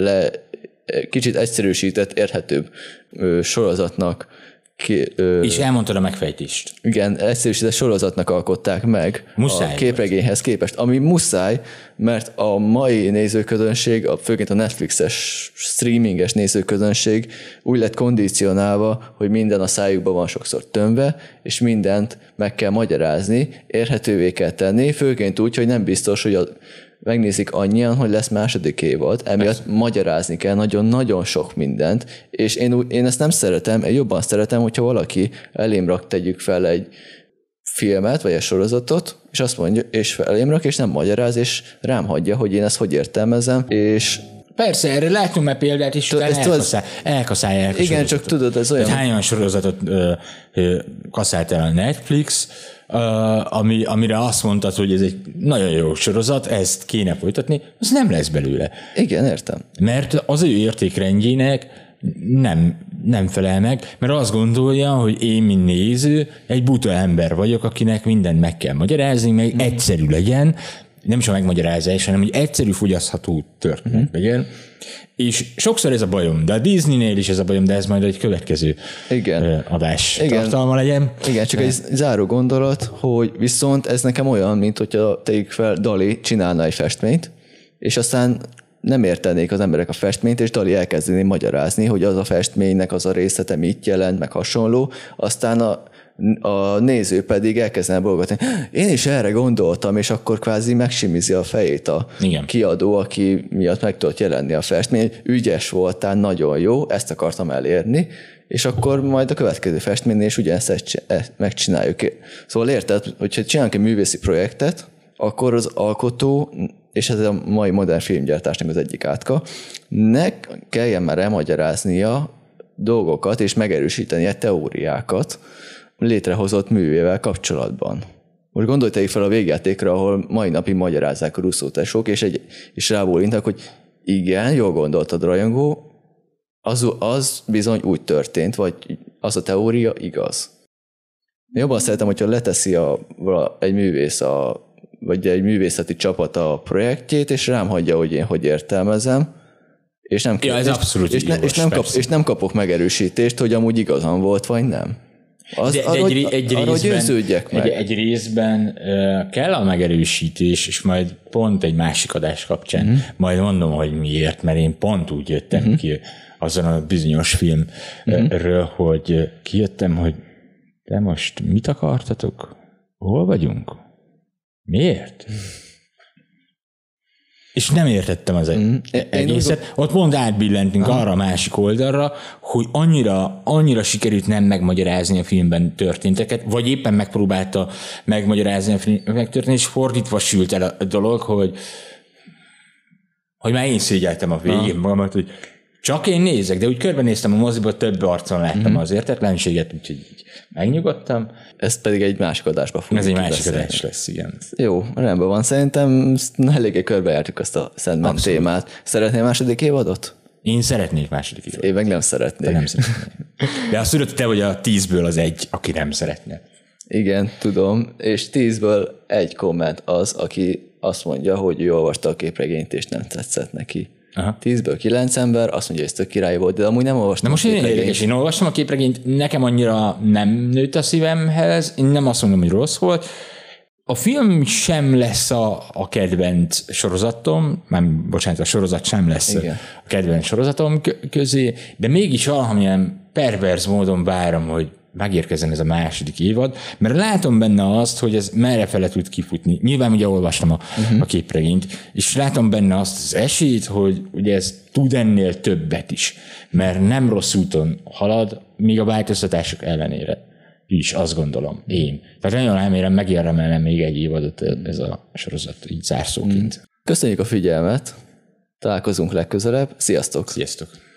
kicsit egyszerűsített, érthetőbb sorozatnak. És elmondtad a megfejtést. Igen, egyszerűsített sorozatnak alkották meg muszáj a képregényhez képest, ami muszáj, mert a mai nézőközönség, főként a Netflixes streaminges nézőközönség úgy lett kondicionálva, hogy minden a szájukban van sokszor tömve, és mindent meg kell magyarázni, érthetővé kell tenni, főként úgy, hogy nem biztos, hogy megnézik annyian, hogy lesz második évad, emiatt magyarázni kell nagyon-nagyon sok mindent, és én ezt nem szeretem, én jobban szeretem, hogyha valaki elém rak, tegyük fel egy filmet, vagy egy sorozatot, és azt mondja, és elém rak, és nem magyaráz, és rám hagyja, hogy én ezt hogy értelmezem, és persze, erre látunk már példát is, elkaszálják. Igen, csak tudod, ez olyan... Hányan sorozatot kaszált el a Netflix, amire azt mondtad, hogy ez egy nagyon jó sorozat, ezt kéne folytatni, az nem lesz belőle. Igen, értem. Mert az ő értékrendjének nem felel meg, mert azt gondolja, hogy én, mint néző, egy buta ember vagyok, akinek mindent meg kell magyarázni, meg egyszerű legyen, nem is a megmagyarázás, hanem hogy egyszerű fogyasztható történet legyen. És sokszor ez a bajom, de a Disneynél is ez a bajom, de ez majd egy következő adás tartalma legyen. Igen, csak egy záró gondolat, hogy viszont ez nekem olyan, mint hogyha tegyük fel Dali csinálna egy festményt, és aztán nem értenék az emberek a festményt, és Dali elkezdené magyarázni, hogy az a festménynek az a részlete mit jelent, meg hasonló, aztán a néző pedig elkezdene bolgatni. Én is erre gondoltam, és akkor kvázi megsimizi a fejét a kiadó, aki miatt meg tudott jelenni a festmény. Ügyes voltál, nagyon jó, ezt akartam elérni, és akkor majd a következő festménynél is ugyanezt megcsináljuk. Szóval érted, hogyha csinálunk egy művészi projektet, akkor az alkotó, és ez a mai modern filmgyártásnak az egyik átka, ne kelljen már elmagyaráznia dolgokat, és megerősítenie teóriákat létrehozott művével kapcsolatban. Most gondolj fel a végjátékra, ahol mai napig magyarázzák a Russo tesók, és rábólintak, hogy igen, jól gondoltad, rajongó, az bizony úgy történt, vagy az a teória igaz. Jobban szeretem, hogyha leteszi egy művész a vagy egy művészeti csapat a projektjét, és rám hagyja, hogy én hogy értelmezem, és nem, ez abszolút és nem kapok megerősítést, hogy amúgy igazam volt, vagy nem. Arra győződjek meg. Egy részben kell a megerősítés, és majd pont egy másik adás kapcsán majd mondom, hogy miért, mert én pont úgy jöttem ki azon a bizonyos filmről, hogy kijöttem, hogy de most mit akartatok? Hol vagyunk? Miért? És nem értettem az egészet. Ott pont átbillentünk arra a másik oldalra, hogy annyira sikerült nem megmagyarázni a filmben történteket, vagy éppen megpróbálta megmagyarázni a filmben történt, és fordítva sült el a dolog, hogy már én szégyeltem a végén magamat, hogy csak én nézek, de úgy körbenéztem a moziba, több arcon láttam az értetlenséget, úgyhogy így megnyugodtam. Ez pedig egy másik adásba fogjuk. Ez egy másik adás lesz, igen. Jó, rendben van. Szerintem eléggé körbejártuk azt a Sandman témát. Szeretnél második évadot? Én szeretnék második évadot. Én meg nem szeretnék. Te nem szeretnék. De azt tudod, te vagy a 10-ből az egy, aki nem szeretne. Igen, tudom. És 10-ből egy komment az, aki azt mondja, hogy ő olvasta a képregényt, és nem tetszett neki. Aha. 10-ből 9 ember azt mondja, hogy ez tök király volt, de amúgy nem olvastam. Na most én olvastam a képregényt, nekem annyira nem nőtt a szívemhez, én nem azt mondom, hogy rossz volt. A film sem lesz a kedvenc sorozatom, a sorozat sem lesz a kedvenc sorozatom közé, de mégis valamilyen perverz módon várom, hogy megérkezzen ez a második évad, mert látom benne azt, hogy ez merrefele tud kifutni. Nyilván ugye olvastam a képregényt, és látom benne azt az esélyt, hogy ugye ez tud ennél többet is, mert nem rossz úton halad, míg a változtatások ellenére is, azt gondolom én. Tehát nagyon remélem megérdemelne még egy évadot ez a sorozat, így zárszóként. Köszönjük a figyelmet, találkozunk legközelebb, sziasztok! Sziasztok!